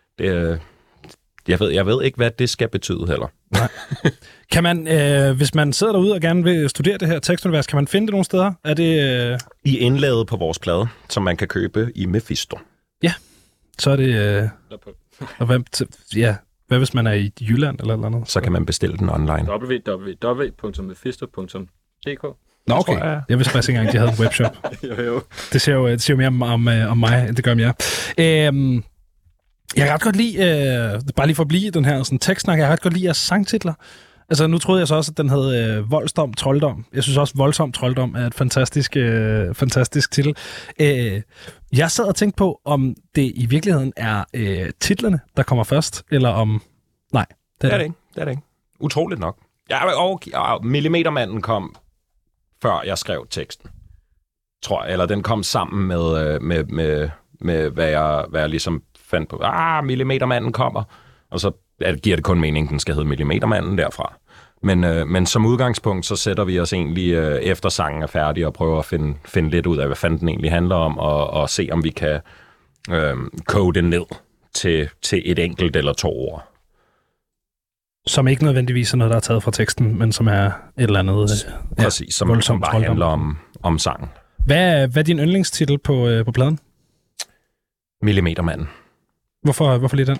Jeg ved ikke, hvad det skal betyde heller. Nej. Kan man, hvis man sidder derude og gerne vil studere det her tekstunivers, kan man finde det nogle steder? Er det... I indlaget på vores plade, som man kan købe i Mephisto. Ja, så er det... og hvad hvis man er i Jylland eller noget? Så kan man bestille den online. www.mephisto.dk. Nå, okay. Jeg vidste faktisk ikke engang, de havde en webshop. jo. Det siger jo mere om mig, end det gør om jer. Jeg kan ret godt lide, bare lige for at blive den her sådan, tekstsnak, jeg kan ret godt lide jeres sangtitler. Altså, nu troede jeg så også, at den hed Voldsdom, Trolddom. Jeg synes også, Voldsom Trolddom er et fantastisk titel. Jeg sad og tænkte på, om det i virkeligheden er titlerne, der kommer først, eller om... Nej, det er det ikke. Det er det ikke. Utroligt nok. Millimetermanden kom, før jeg skrev teksten. Tror jeg. Eller den kom sammen med hvad jeg ligesom fandt på. Millimetermanden kommer. Og så giver det kun mening, den skal hedde Millimetermanden derfra. Men som udgangspunkt, så sætter vi os egentlig efter sangen er færdig og prøver at finde lidt ud af, hvad fanden den egentlig handler om, og se, om vi kan kode det ned til et enkelt eller 2 ord. Som ikke nødvendigvis er noget, der er taget fra teksten, men som er et eller andet... Præcis, som bare handler om sangen. Hvad er din yndlingstitel på pladen? Millimetermanden. Hvorfor lige den?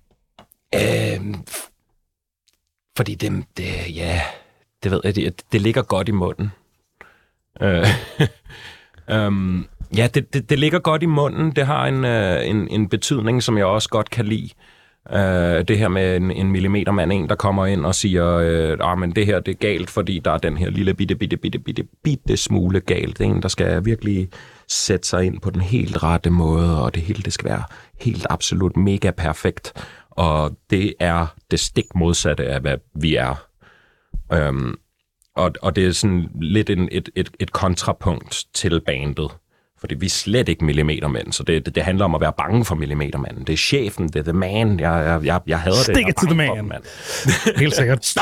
Fordi det ved jeg, det ligger godt i munden. Det ligger godt i munden. Det har en betydning, som jeg også godt kan lide. Det her med en millimetermand, der kommer ind og siger, men det her det er galt, fordi der er den her lille bitte smule galt. Det er en, der skal virkelig sætte sig ind på den helt rette måde, og det hele det skal være helt absolut mega perfekt. Og det er det stik modsatte af, hvad vi er. Og det er sådan lidt et kontrapunkt til bandet. Fordi vi er slet ikke millimetermænd, så det handler om at være bange for millimetermanden. Det er chefen, det er the man. Jeg hader det. Stick it to the man. Helt sikkert.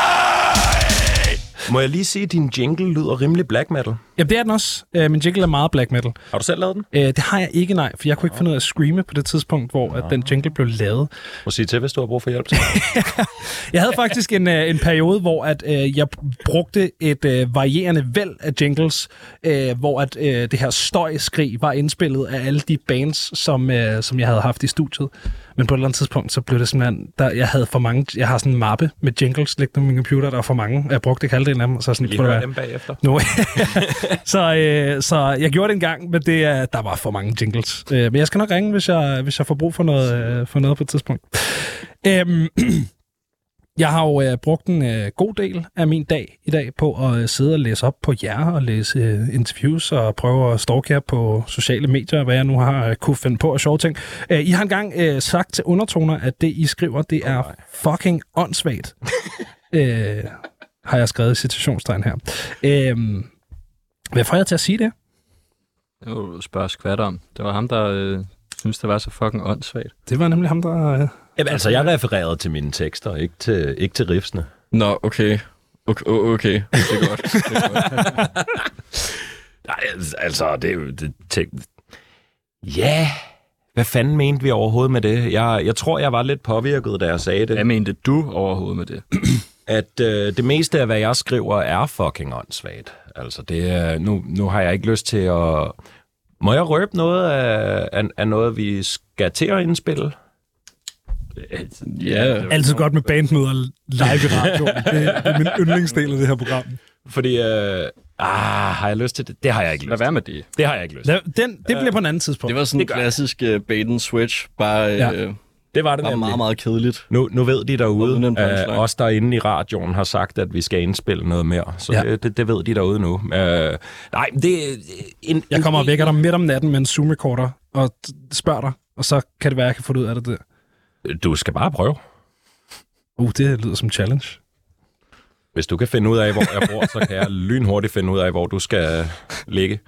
Må jeg lige sige, at din jingle lyder rimelig black metal? Ja, det er den også. Min jingle er meget black metal. Har du selv lavet den? Det har jeg ikke, nej. For jeg kunne ikke finde ud af at screame på det tidspunkt, hvor at den jingle blev lavet. Må sige til, hvis du har brug for hjælp til. Jeg havde faktisk en periode, hvor at, jeg brugte et varierende væld af jingles, hvor at det her støjskrig var indspillet af alle de bands, som jeg havde haft i studiet. Men på et eller andet tidspunkt, så blev det simpelthen... Jeg havde for mange... Jeg har sådan en mappe med jingles liggende på min computer, der var for mange. Jeg brugte ikke halvdelen af dem. Så sådan, lige høre dem bagefter. Nu. Så jeg gjorde det en gang, men der var for mange jingles. Men jeg skal nok ringe, hvis jeg får brug for noget på et tidspunkt. Jeg har jo brugt en god del af min dag i dag på at sidde og læse op på jer og læse interviews og prøve at stalke jer på sociale medier, hvad jeg nu har kunne finde på af sjove ting. I har engang sagt til Undertoner, at det, I skriver, det er fucking åndssvagt. Har jeg skrevet i citationstegn her. Hvad får jeg til at sige det? Det var jo spørge skvat om. Det var ham, der synes, det var så fucking åndssvagt. Det var nemlig ham, der... Jamen, altså, jeg refererede til mine tekster, ikke til riffsene. Nå, okay. Okay. Det er godt. Nej, altså, det er jo... Ja, hvad fanden mente vi overhovedet med det? Jeg tror, jeg var lidt påvirket, da jeg sagde det. Hvad mente du overhovedet med det? At det meste af, hvad jeg skriver, er fucking åndssvagt. Altså, det er... Nu har jeg ikke lyst til at... Må jeg røbe noget af noget, vi skal til at indspille? Ja. Altid godt med bandmøder live i radio. Det er min yndlingsdel af det her program. Fordi, har jeg lyst til det? Det har jeg ikke lyst til. Lad være med det. Det har jeg ikke lyst til. Det bliver på en anden tidspunkt. Det var sådan en klassisk bait and switch. Bare, det Det var det nemlig. Meget, meget kedeligt. Nu ved de derude, os derinde i radioen har sagt, at vi skal indspille noget mere. Så det ved de derude nu. Nej, jeg kommer og vækker dig midt om natten med en Zoom-recorder og spørger dig, og så kan det være, at jeg kan få det ud af det der. Du skal bare prøve. Det lyder som challenge. Hvis du kan finde ud af, hvor jeg bor, så kan jeg lynhurtigt finde ud af, hvor du skal ligge.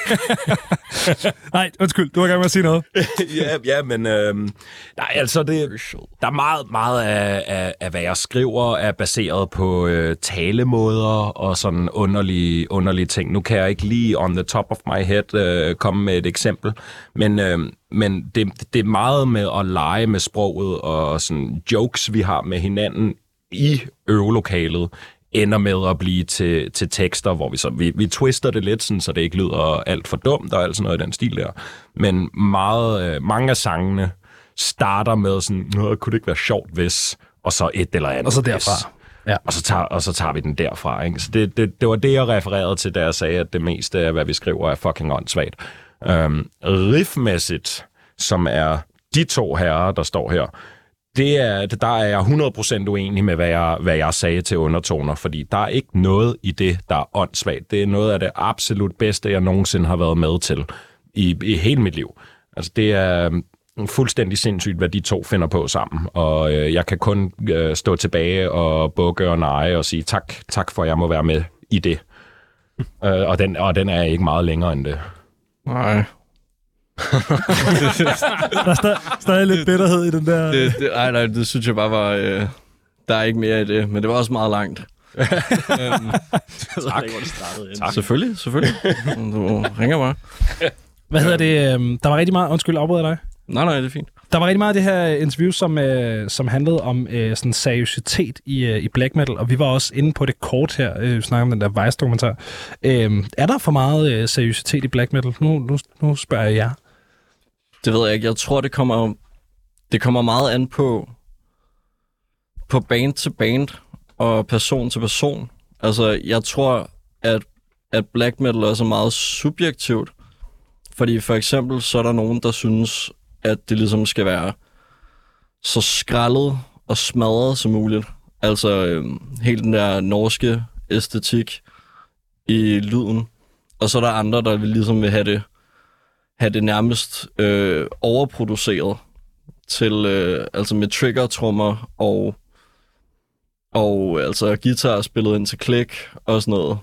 Nej, undskyld. Du var i gang med at sige noget. Men nej, altså der er meget af, hvad jeg skriver, er baseret på talemåder og sådan underlige ting. Nu kan jeg ikke lige on the top of my head komme med et eksempel, men det er meget med at lege med sproget og sådan jokes, vi har med hinanden i øvelokalet, ender med at blive til tekster, hvor vi twister det lidt, sådan, så det ikke lyder alt for dumt og alt sådan noget i den stil der. Men mange af sangene starter med sådan, kunne det ikke være sjovt hvis, og så et eller andet. Og så derfra. Ja. Og så tager vi den derfra. Ikke? Så det var det, jeg refererede til, da jeg sagde, at det meste af, hvad vi skriver, er fucking åndssvagt. Riffmæssigt, som er de to herrer, der står her, der er jeg 100% uenig med, hvad jeg sagde til Undertoner, fordi der er ikke noget i det, der er åndssvagt. Det er noget af det absolut bedste, jeg nogensinde har været med til i hele mit liv. Altså, det er fuldstændig sindssygt, hvad de to finder på sammen, og jeg kan kun stå tilbage og bukke og neje og sige tak for, at jeg må være med i det. Og den er ikke meget længere end det. Nej. Der er stadig lidt bitterhed i den der... Nej, det synes jeg bare var... der er ikke mere i det, men det var også meget langt. Tak. Selvfølgelig. Du ringer bare. Hvad hedder det? Der var rigtig meget... Undskyld, afbryder dig. Nej, det er fint. Der var rigtig meget af det her interview, som handlede om sådan seriøsitet i black metal, og vi var også inde på det kort her, vi snakker om den der Vice-dokumentar. Er der for meget seriøsitet i black metal? Nu spørger jeg jer. Det ved jeg ikke. Jeg tror, det kommer meget an på band til band og person til person. Altså, jeg tror, at black metal også er meget subjektivt. Fordi for eksempel, så er der nogen, der synes, at det ligesom skal være så skrællet og smadret som muligt. Altså helt den der norske æstetik i lyden. Og så er der andre, der ligesom vil have det nærmest overproduceret til altså med trigger-trommer og altså guitar spillet ind til klik og sådan noget.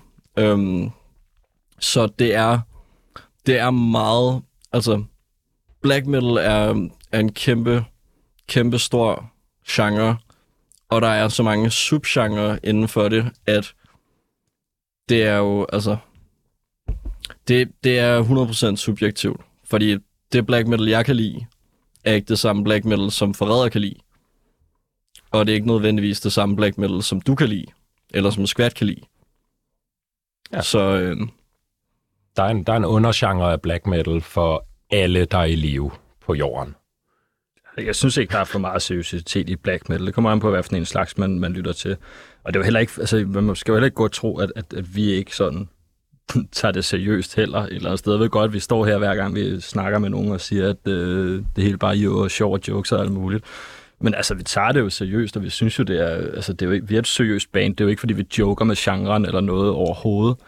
Så det er meget, altså black metal er en kæmpe stor genre, og der er så mange subgenre inden for det, at det er jo, altså, det er 100% subjektivt, fordi det black metal, jeg kan lide, er ikke det samme black metal, som Forræder kan lide. Og det er ikke nødvendigvis det samme black metal, som du kan lide, eller som Skvat kan lide. Ja. Så der er en undergenre af black metal for alle, der er i live på jorden. Jeg synes ikke, der er for meget seriøsitet i black metal. Det kommer an på, hvad for en slags man lytter til. Og det er jo heller ikke, altså, man skal jo heller ikke gå og tro, at vi ikke sådan tager det seriøst heller et eller andet sted. Jeg ved godt, at vi står her hver gang, vi snakker med nogen og siger, at det hele bare er sjov og jokes og alt muligt. Men altså, vi tager det jo seriøst, og vi synes jo, det er, altså, det er jo, vi er et seriøst band. Det er jo ikke, fordi vi joker med genren eller noget overhovedet.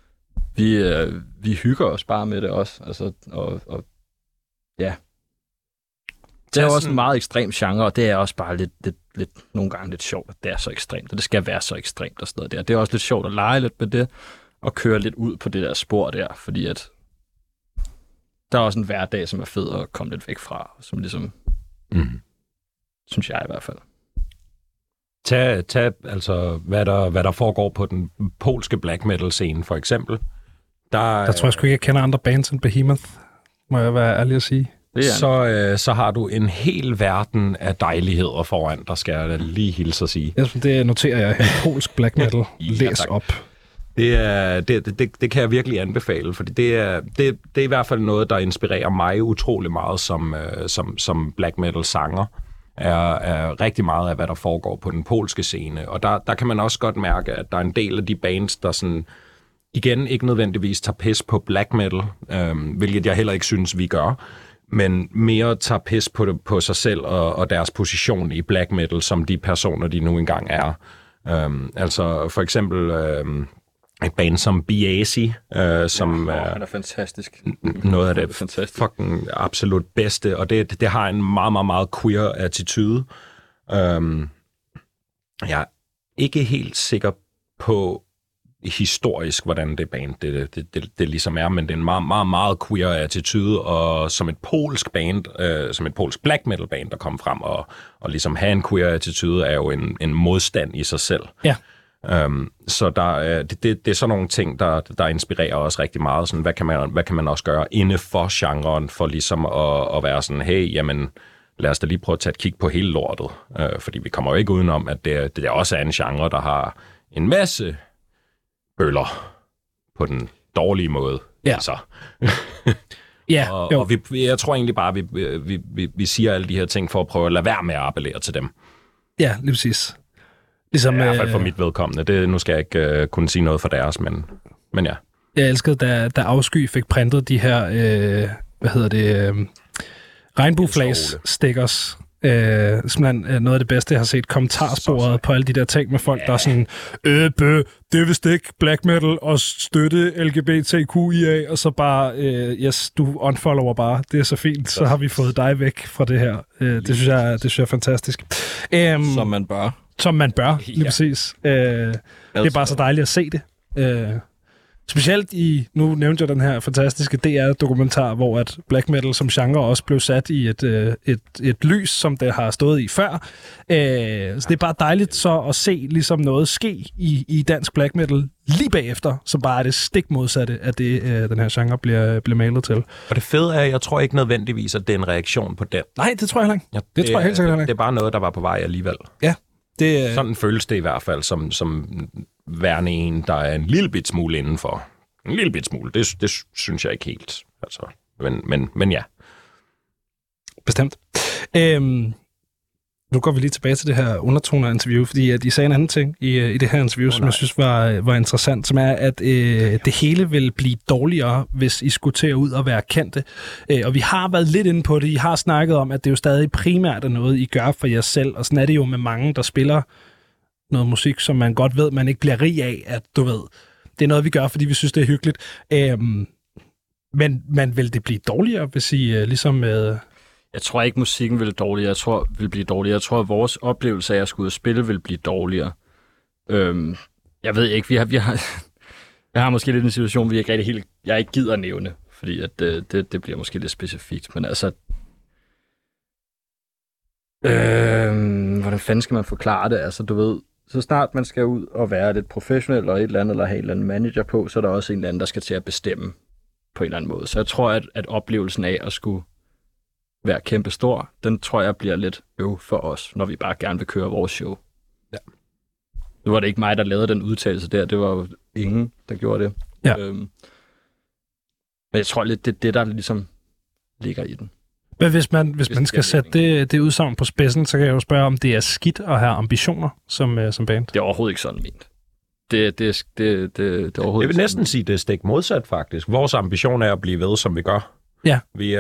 Vi hygger os bare med det også. Altså, og ja. Det er jo også en meget ekstrem genre, og det er også bare lidt nogle gange lidt sjovt, at det er så ekstremt, og det skal være så ekstremt og sådan noget der. Det er også lidt sjovt at lege lidt med det, og køre lidt ud på det der spor der, fordi at der er også en hverdag, som er fed at komme lidt væk fra, som ligesom, synes jeg i hvert fald. Tag altså, hvad der foregår på den polske black metal scene, for eksempel. Der tror jeg sgu ikke, jeg kender andre bands end Behemoth, må jeg være ærlig at sige. Så har du en hel verden af dejligheder foran, der skal jeg lige hilse at sige. Det noterer jeg her. Polsk black metal. Læs op. Det kan jeg virkelig anbefale, fordi det er i hvert fald noget, der inspirerer mig utrolig meget som black metal sanger. Er rigtig meget af, hvad der foregår på den polske scene. Og der kan man også godt mærke, at der er en del af de bands, der sådan, igen ikke nødvendigvis tager pis på black metal, hvilket jeg heller ikke synes, vi gør. men mere tager pis på sig selv og deres position i black metal, som de personer, de nu engang er. Altså for eksempel et band som Biasi, som han er fantastisk. Noget af det fucking absolut bedste, og det har en meget, meget, meget queer attitude. Jeg er ikke helt sikker på historisk, hvordan det band det ligesom er, men det er en meget, meget, meget queer attitude, og som et polsk band, som et polsk black metal band, der kom frem og ligesom have en queer attitude, er jo en modstand i sig selv. Ja. Så det er sådan nogle ting, der inspirerer os rigtig meget. Sådan, hvad kan man også gøre inde for genren, for ligesom at være sådan, hey, jamen, lad os da lige prøve at tage et kig på hele lortet. Fordi vi kommer jo ikke udenom, at det også er en genre, der har en masse bøller på den dårlige måde. Ja. Altså. Ja, og jeg tror egentlig bare, at vi siger alle de her ting for at prøve at lade være med at appellere til dem. Ja, lige præcis. Ligesom, I hvert fald for mit vedkommende. Nu skal jeg ikke kunne sige noget for deres, men ja. Jeg elskede, da Afsky fik printet de her, regnbueflags-stickers. Simpelthen noget af det bedste, jeg har set. Kommentarsporet på alle de der ting med folk, der er sådan, det er vist ikke black metal og støtte LGBTQIA, og så bare, yes, du unfollower bare. Det er så fint, så har vi fået dig væk fra det her. Det synes jeg er fantastisk. Som man bør. Som man bør, lige præcis. Det er bare så dejligt at se det. Specielt nu nævnte jeg den her fantastiske DR-dokumentar, hvor at black metal som genre også blev sat i et lys, som det har stået i før. Så det er bare dejligt så at se ligesom noget ske i dansk black metal lige bagefter, som bare er det stik modsatte af det, den her genre bliver malet til. Og det fede er, jeg tror ikke nødvendigvis, at det er en reaktion på den. Nej, det tror jeg ikke. Ja, det tror jeg helt sikkert ikke. Det er bare noget, der var på vej alligevel. Ja. Sådan føles det i hvert fald, som værende en, der er en lille bit smule indenfor. En lille bit smule, det synes jeg ikke helt. Altså, men ja. Bestemt. Nu går vi lige tilbage til det her undertoner-interview, fordi at I sagde en anden ting i det her interview, som jeg synes var interessant, som er, at det hele vil blive dårligere, hvis I skulle til at ud og være kendte. Og vi har været lidt inde på det. I har snakket om, at det jo stadig primært er noget, I gør for jer selv, og sådan er det jo med mange, der spiller noget musik, som man godt ved, man ikke bliver rig af, at du ved, det er noget, vi gør, fordi vi synes, det er hyggeligt. Men vil det blive dårligere, hvis I ligesom med... Jeg tror ikke, musikken vil blive dårligere. Jeg tror, at vores oplevelse af at skulle ud og spille vil blive dårligere. Jeg ved ikke, jeg har måske lidt en situation, hvor jeg ikke gider nævne, fordi at det bliver måske lidt specifikt. Men altså, hvordan fanden skal man forklare det? Altså, du ved, så snart man skal ud og være lidt professionel og et eller andet, eller have en eller anden manager på, så er der også en eller anden, der skal til at bestemme på en eller anden måde. Så jeg tror, at oplevelsen af at skulle være kæmpe stor, den tror jeg bliver lidt for os, når vi bare gerne vil køre vores show. Ja. Nu var det ikke mig, der lavede den udtalelse der, det var jo ingen, der gjorde det. Ja. Men jeg tror lidt, det er det, der ligesom ligger i den. Men hvis man skal sætte det udsagn på spidsen, så kan jeg jo spørge, om det er skidt at have ambitioner som band. Det er overhovedet ikke sådan ment. Det er overhovedet. Jeg vil næsten sige, det er stik modsat faktisk. Vores ambition er at blive ved, som vi gør. Ja. Vi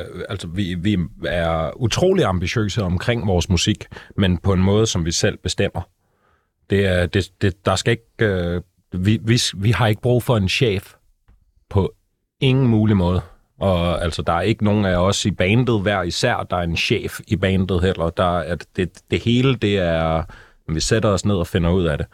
er utrolig ambitiøse omkring vores musik, men på en måde, som vi selv bestemmer. Der skal ikke, vi har ikke brug for en chef på ingen mulig måde. Og altså, der er ikke nogen af os i bandet hver især, der er en chef i bandet heller. Der er det hele, det er, vi sætter os ned og finder ud af det.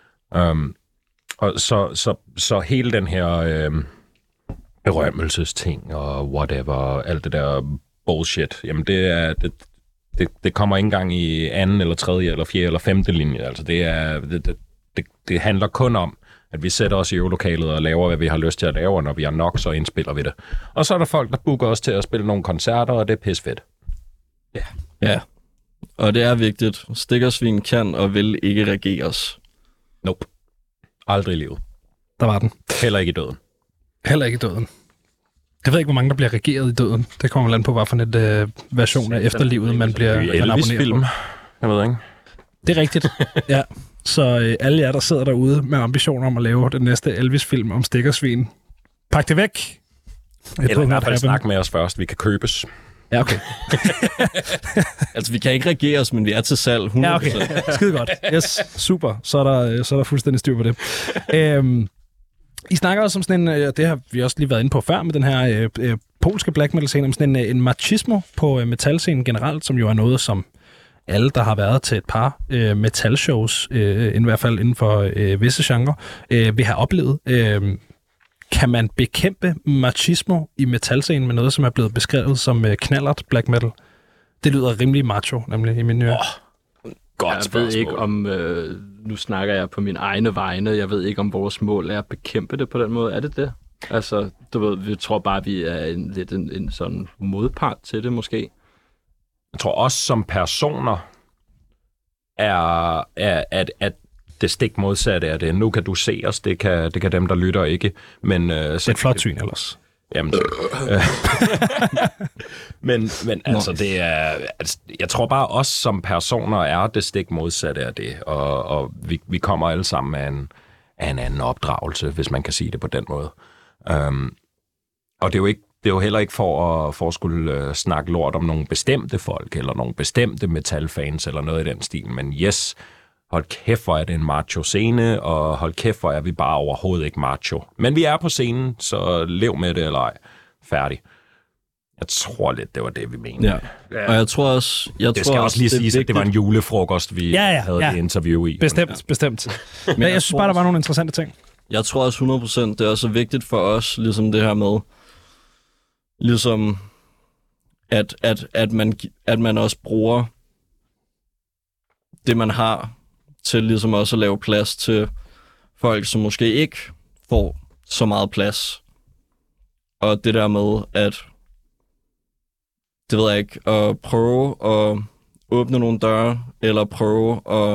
Og så hele den her berømmelsesting og whatever, alt det der bullshit, jamen det kommer ikke engang i anden eller tredje eller fjerde eller femte linje. Altså det handler kun om, at vi sætter os i øvelokalet og laver, hvad vi har lyst til at lave, og når vi har nok, så indspiller vi det. Og så er der folk, der booker os til at spille nogle koncerter, og det er pisfedt. Ja. Og det er vigtigt. Stikkersvin kan og vil ikke regeres. Nope. Aldrig i livet. Der var den. Heller ikke i døden. Heller ikke i døden. Jeg ved ikke, hvor mange der bliver regeret i døden. Det kommer land på, hvad for en version af efterlivet, man bliver Elvis-film. På. Jeg ved ikke. Det er rigtigt, ja. Så alle jer, der sidder derude med ambitioner om at lave den næste Elvis-film om stikkersvin, pak det væk. Eller i hvert fald snak med os først. Vi kan købes. Ja, okay. Altså, vi kan ikke regere os, men vi er til salg 100%. Ja, okay. Skide godt. Yes, super. Så er der fuldstændig styr på det. I snakker også om sådan en, det har vi også lige været inde på før, med den her polske black metal-scene, om sådan en machismo på metalscenen generelt, som jo er noget, som alle, der har været til et par metalshows, i hvert fald inden for visse genrer, vil have oplevet. Kan man bekæmpe machismo i metalscenen med noget, som er blevet beskrevet som knallert black metal? Det lyder rimelig macho, nemlig i mine ører. Jeg ved ikke om, nu snakker jeg på mine egne vegne, jeg ved ikke om vores mål er at bekæmpe det på den måde. Er det det? Altså, du ved, vi tror bare, vi er en sådan modpart til det måske. Jeg tror også som personer at det stik modsatte er det. Nu kan du se os, det kan dem, der lytter ikke. Men, det er et flot syn ellers. Jamen, men altså, det er... Altså, jeg tror bare, os som personer er det stik modsatte af det. Og vi kommer alle sammen af en anden opdragelse, hvis man kan sige det på den måde. Og det er jo heller ikke for at skulle snakke lort om nogle bestemte folk, eller nogle bestemte metalfans, eller noget i den stil. Men yes, hold kæft, hvor er det en macho-scene, og hold kæft, hvor er vi bare overhovedet ikke macho. Men vi er på scenen, så lev med det eller ej. Færdig. Jeg tror lidt, det var det, vi mente. Ja. Og jeg tror også... Det skal også lige siges, at det var en julefrokost, vi havde det interview i. Bestemt. Men jeg synes bare, der var nogle interessante ting. Jeg tror også 100%, det er også vigtigt for os, ligesom det her med, ligesom at man også bruger det, man har, til ligesom også at lave plads til folk, som måske ikke får så meget plads. Og det der med, at det ved jeg ikke, at prøve at åbne nogle døre, eller prøve at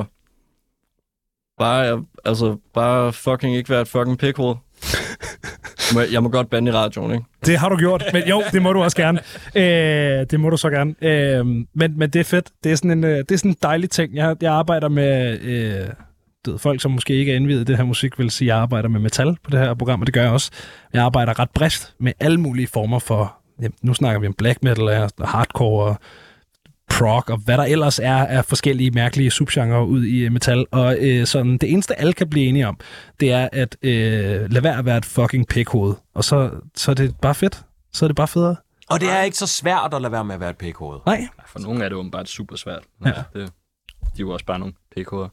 bare fucking ikke være et fucking pikhoved. Jeg må godt bande i radioen, ikke? Det har du gjort, men jo, det må du også gerne. Det må du så gerne. Men det er fedt. Det er sådan en dejlig ting. Jeg arbejder med folk, som måske ikke er indviet i det her musik, vil sige, at jeg arbejder med metal på det her program, og det gør jeg også. Jeg arbejder ret bredt med alle mulige former for, nu snakker vi om black metal, hardcore, prog, og hvad der ellers er af forskellige mærkelige subgenrer ud i metal. Og sådan, det eneste, alle kan blive enige om, det er at lade være at være et fucking pikhoved. Og så er det bare fedt. Så er det bare federe. Og det er ikke så svært at lade være med at være et pikhoved. Nej. For nogle er det åbenbart super svært. Ja. De er jo også bare nogle pikhoveder.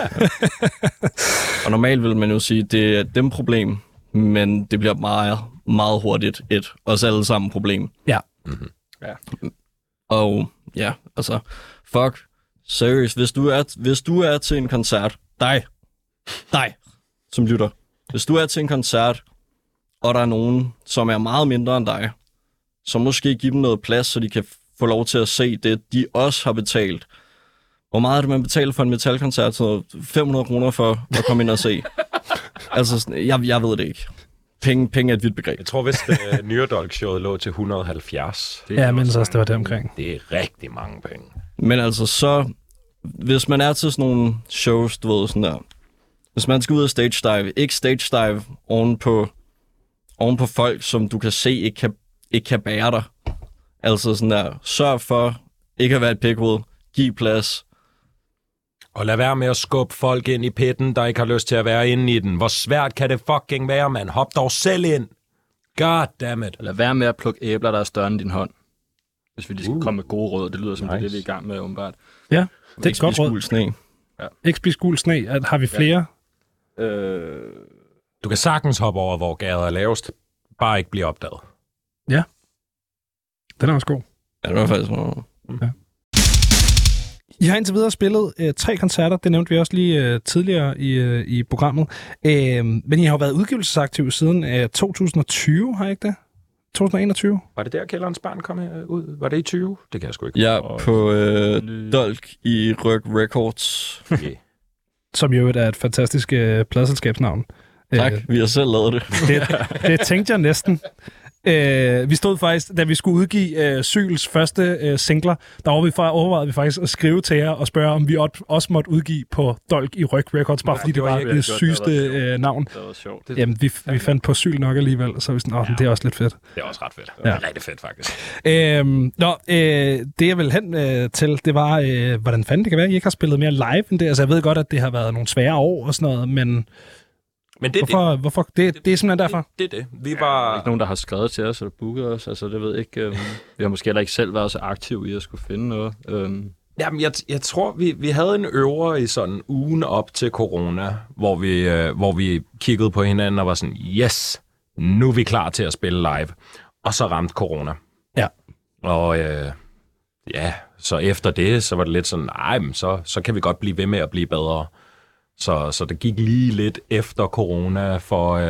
Og normalt vil man jo sige, at det er dem problem, men det bliver meget, meget hurtigt et os alle sammen problem. Ja. Mm-hmm. Ja. Og ja, altså, fuck, seriøst, hvis du er til en koncert, dig, som lytter, hvis du er til en koncert, og der er nogen, som er meget mindre end dig, så måske give dem noget plads, så de kan få lov til at se det, de også har betalt. Hvor meget er det, man betaler for en metalkoncert? Så 500 kroner for at komme ind og se. Altså, jeg ved det ikke. Penge er et vidt begreb. Jeg tror, hvis Nyredolk-showet lå til 170. Ja, men så det var det omkring. Det er rigtig mange penge. Men altså så, hvis man er til sådan nogle shows, du ved, sådan der, hvis man skal ud og stage dive, ikke stage dive oven på folk, som du kan se ikke kan bære dig. Altså sådan der, sørg for ikke at være et pikhoved, giv plads. Og lad være med at skubbe folk ind i pitten, der ikke har lyst til at være inde i den. Hvor svært kan det fucking være, man? Hop dog selv ind. God damn it. Lad være med at plukke æbler, der er større end din hånd. Hvis vi lige skal komme med gode råd. Det lyder som det, vi er i gang med, åbenbart. Ja, det er et godt råd. Sne. Ja. Ikke spise gul sne. Har vi flere? Ja. Du kan sagtens hoppe over, hvor gader er lavest. Bare ikke blive opdaget. Ja. Den er også god. Ja, det var faktisk noget. Ja. I har indtil videre spillet 3 koncerter, det nævnte vi også lige tidligere i programmet. Men I har jo været udgivelsesaktiv siden 2020, har I ikke det? 2021? Var det der, Kælderens Barn kom ud? Var det i 20? Det kan jeg sgu ikke. Ja, på Dolk i Ryg Records. Okay. Som jo er et fantastisk pladselskabsnavn. Tak, vi har selv lavet det. Det tænkte jeg næsten. Vi stod faktisk, da vi skulle udgive Syls første singler, der overvejede vi faktisk at skrive til jer og spørge, om vi også måtte udgive på Dolk i Ryg Records, bare fordi det var det sygeste navn. Det var sjovt. Jamen, vi fandt på Syl nok alligevel, så vi sådan, det er også lidt fedt. Det er også ret fedt. Ja. Det er rigtig fedt, faktisk. Det jeg vil hen til, det var, hvordan fanden det kan være, at I ikke har spillet mere live end det. Altså, jeg ved godt, at det har været nogle svære år og sådan noget, men det hvorfor? Det er simpelthen derfor. Det er det. Vi var... ikke nogen, der har skrevet til os eller booket os. Altså, det ved jeg ikke. Vi har måske heller ikke selv været så aktive i at skulle finde noget. Jamen, jeg tror, vi havde en øver i sådan ugen op til corona, hvor vi kiggede på hinanden og var sådan, yes, nu er vi klar til at spille live. Og så ramte corona. Ja. Og så efter det, så var det lidt sådan, så kan vi godt blive ved med at blive bedre. Så det gik lige lidt efter corona,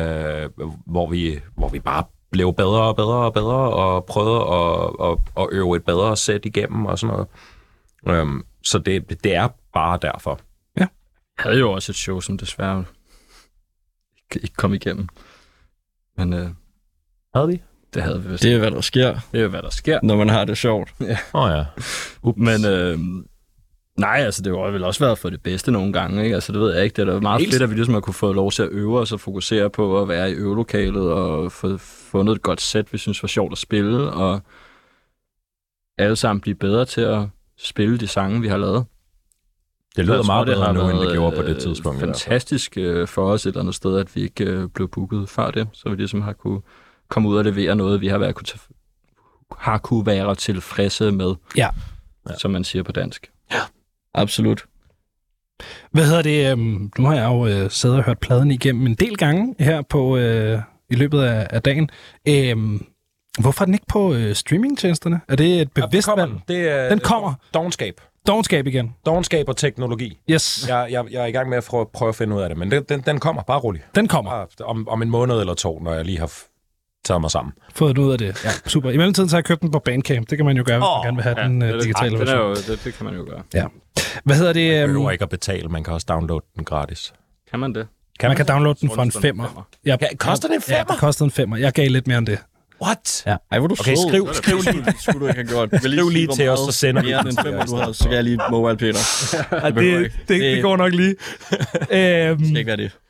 hvor vi bare blev bedre og bedre og bedre, og prøvede at øve et bedre sæt igennem og sådan noget. Så det er bare derfor. Ja. Jeg havde jo også et show, som desværre ikke kom igennem. Men havde vi? Det havde vi vist. Det er, hvad der sker. Det er jo, hvad der sker. Når man har det sjovt. Ja. Ja. Men nej, altså det har vel også været for det bedste nogle gange, ikke? Altså det ved jeg ikke. Det er da meget fedt, at vi ligesom har kunne få lov til at øve os og fokusere på at være i øvelokalet og få fundet et godt sæt, vi synes var sjovt at spille, og alle sammen blive bedre til at spille de sange, vi har lavet. Det lyder meget bedre nu, end det gjorde på det tidspunkt. Fantastisk for os et eller andet sted, at vi ikke blev booket før det, så vi ligesom har kunne komme ud og levere noget, vi har kunne være tilfredse med, som man siger på dansk. Ja, absolut. Hvad hedder det? Nu har jeg jo siddet og hørt pladen igennem en del gange her på i løbet af dagen. Hvorfor er den ikke på streamingtjenesterne? Er det et bevidst valg? Den kommer. Dovenskab igen. Dovenskab og teknologi. Yes. Jeg er i gang med at prøve at finde ud af det, men den kommer. Bare roligt. Den kommer. Om en måned eller to, når jeg lige har taget mig sammen. Fået den ud af det. Ja, super. I mellemtiden så har jeg købt den på Bandcamp. Det kan man jo gøre, hvis man gerne vil have den digitale version. Det kan man jo gøre. Ja. Hvad hedder det? Man behøver ikke at betale. Man kan også downloade den gratis. Kan man det? Man kan downloade den for en 5'er. Koster det en 5'er? Ja, det koster en 5'er. Jeg gav lidt mere end det. What? Ja. Ej, hvor du okay, skriv lige. Skulle du ikke have gjort. Skriv lige til os, så sender vi den 5'er, du har, så skal jeg lige mobile Peter. Det går nok lige. Det skal ikke være det.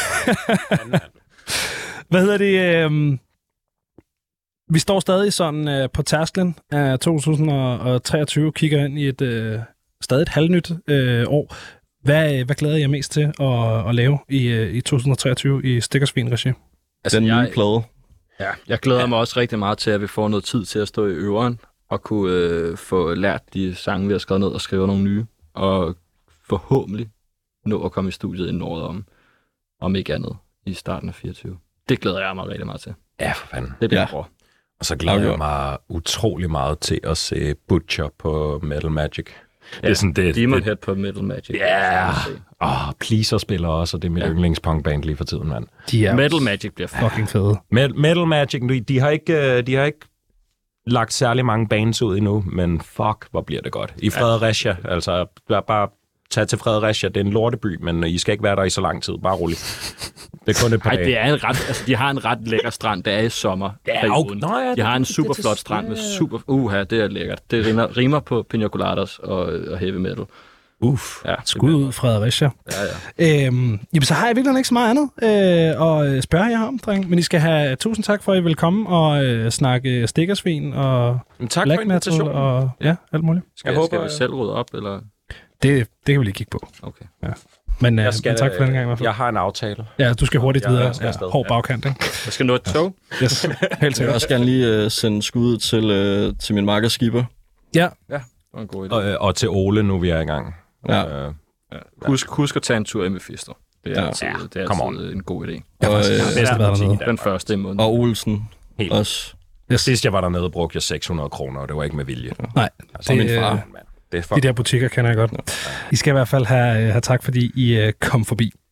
Hvad hedder det? Vi står stadig sådan på tærsklen af 2023, kigger ind i et stadig et halvnyt år. Hvad glæder jeg mest til at lave i 2023 i Stikkersvin-regi? Altså, den nye plade. Ja, jeg glæder mig også rigtig meget til, at vi får noget tid til at stå i øveren og kunne få lært de sange, vi har skrevet ned og skrive nogle nye. Og forhåbentlig nå at komme i studiet inden året om ikke andet i starten af 24. Det glæder jeg mig rigtig meget til. Ja, for fanden. Det bliver bra. Og så glæder jeg mig utrolig meget til at se Butcher på Metal Magic. Ja, det er sådan, Demon Head på Metal Magic. Ja, Pleaser spiller også, og det er mit yndlingspunkband lige for tiden, mand. Metal Magic bliver fucking fede. Metal Magic, de har ikke lagt særlig mange bands ud endnu, men fuck, hvor bliver det godt. I Fredericia, altså bare tage til Fredericia, det er en lorteby, men I skal ikke være der i så lang tid, bare roligt. Det er kun et par dage. Det er en ret, altså de har en ret lækker strand, der er i sommer. De har en super flot strand med super, det er lækkert. Det rimer på Pina Coladas og heavy metal. Ja, skud ud, Fredericia. Ja. Jamen, så har jeg virkelig ikke så meget andet at spørge jer om, dreng. Men I skal have tusind tak for, at I vil komme og snakke stikkersvin og black metal og alt muligt. Skal vi selv rydde op, eller? Det kan vi lige kigge på. Okay. Ja. Men tak for den gang i hvert fald. Jeg har en aftale. Ja, du skal hurtigt videre. Hård bagkant, ikke? Jeg skal nå et tog. Yes, helt sikkert. Jeg vil også gerne lige sende skud til min makker Skipper. Ja. Det var en god idé. Og til Ole, nu vi er i gang. Ja. Husk at tage en tur i Mephisto. Det er altid en god idé. Og den første i måneden. Og Olsen helt. Også. Sidst jeg var dernede, brugte jeg 600 kroner, og det var ikke med vilje. Nej, altså, min far. De der butikker kender jeg godt. I skal i hvert fald have tak, fordi I kom forbi.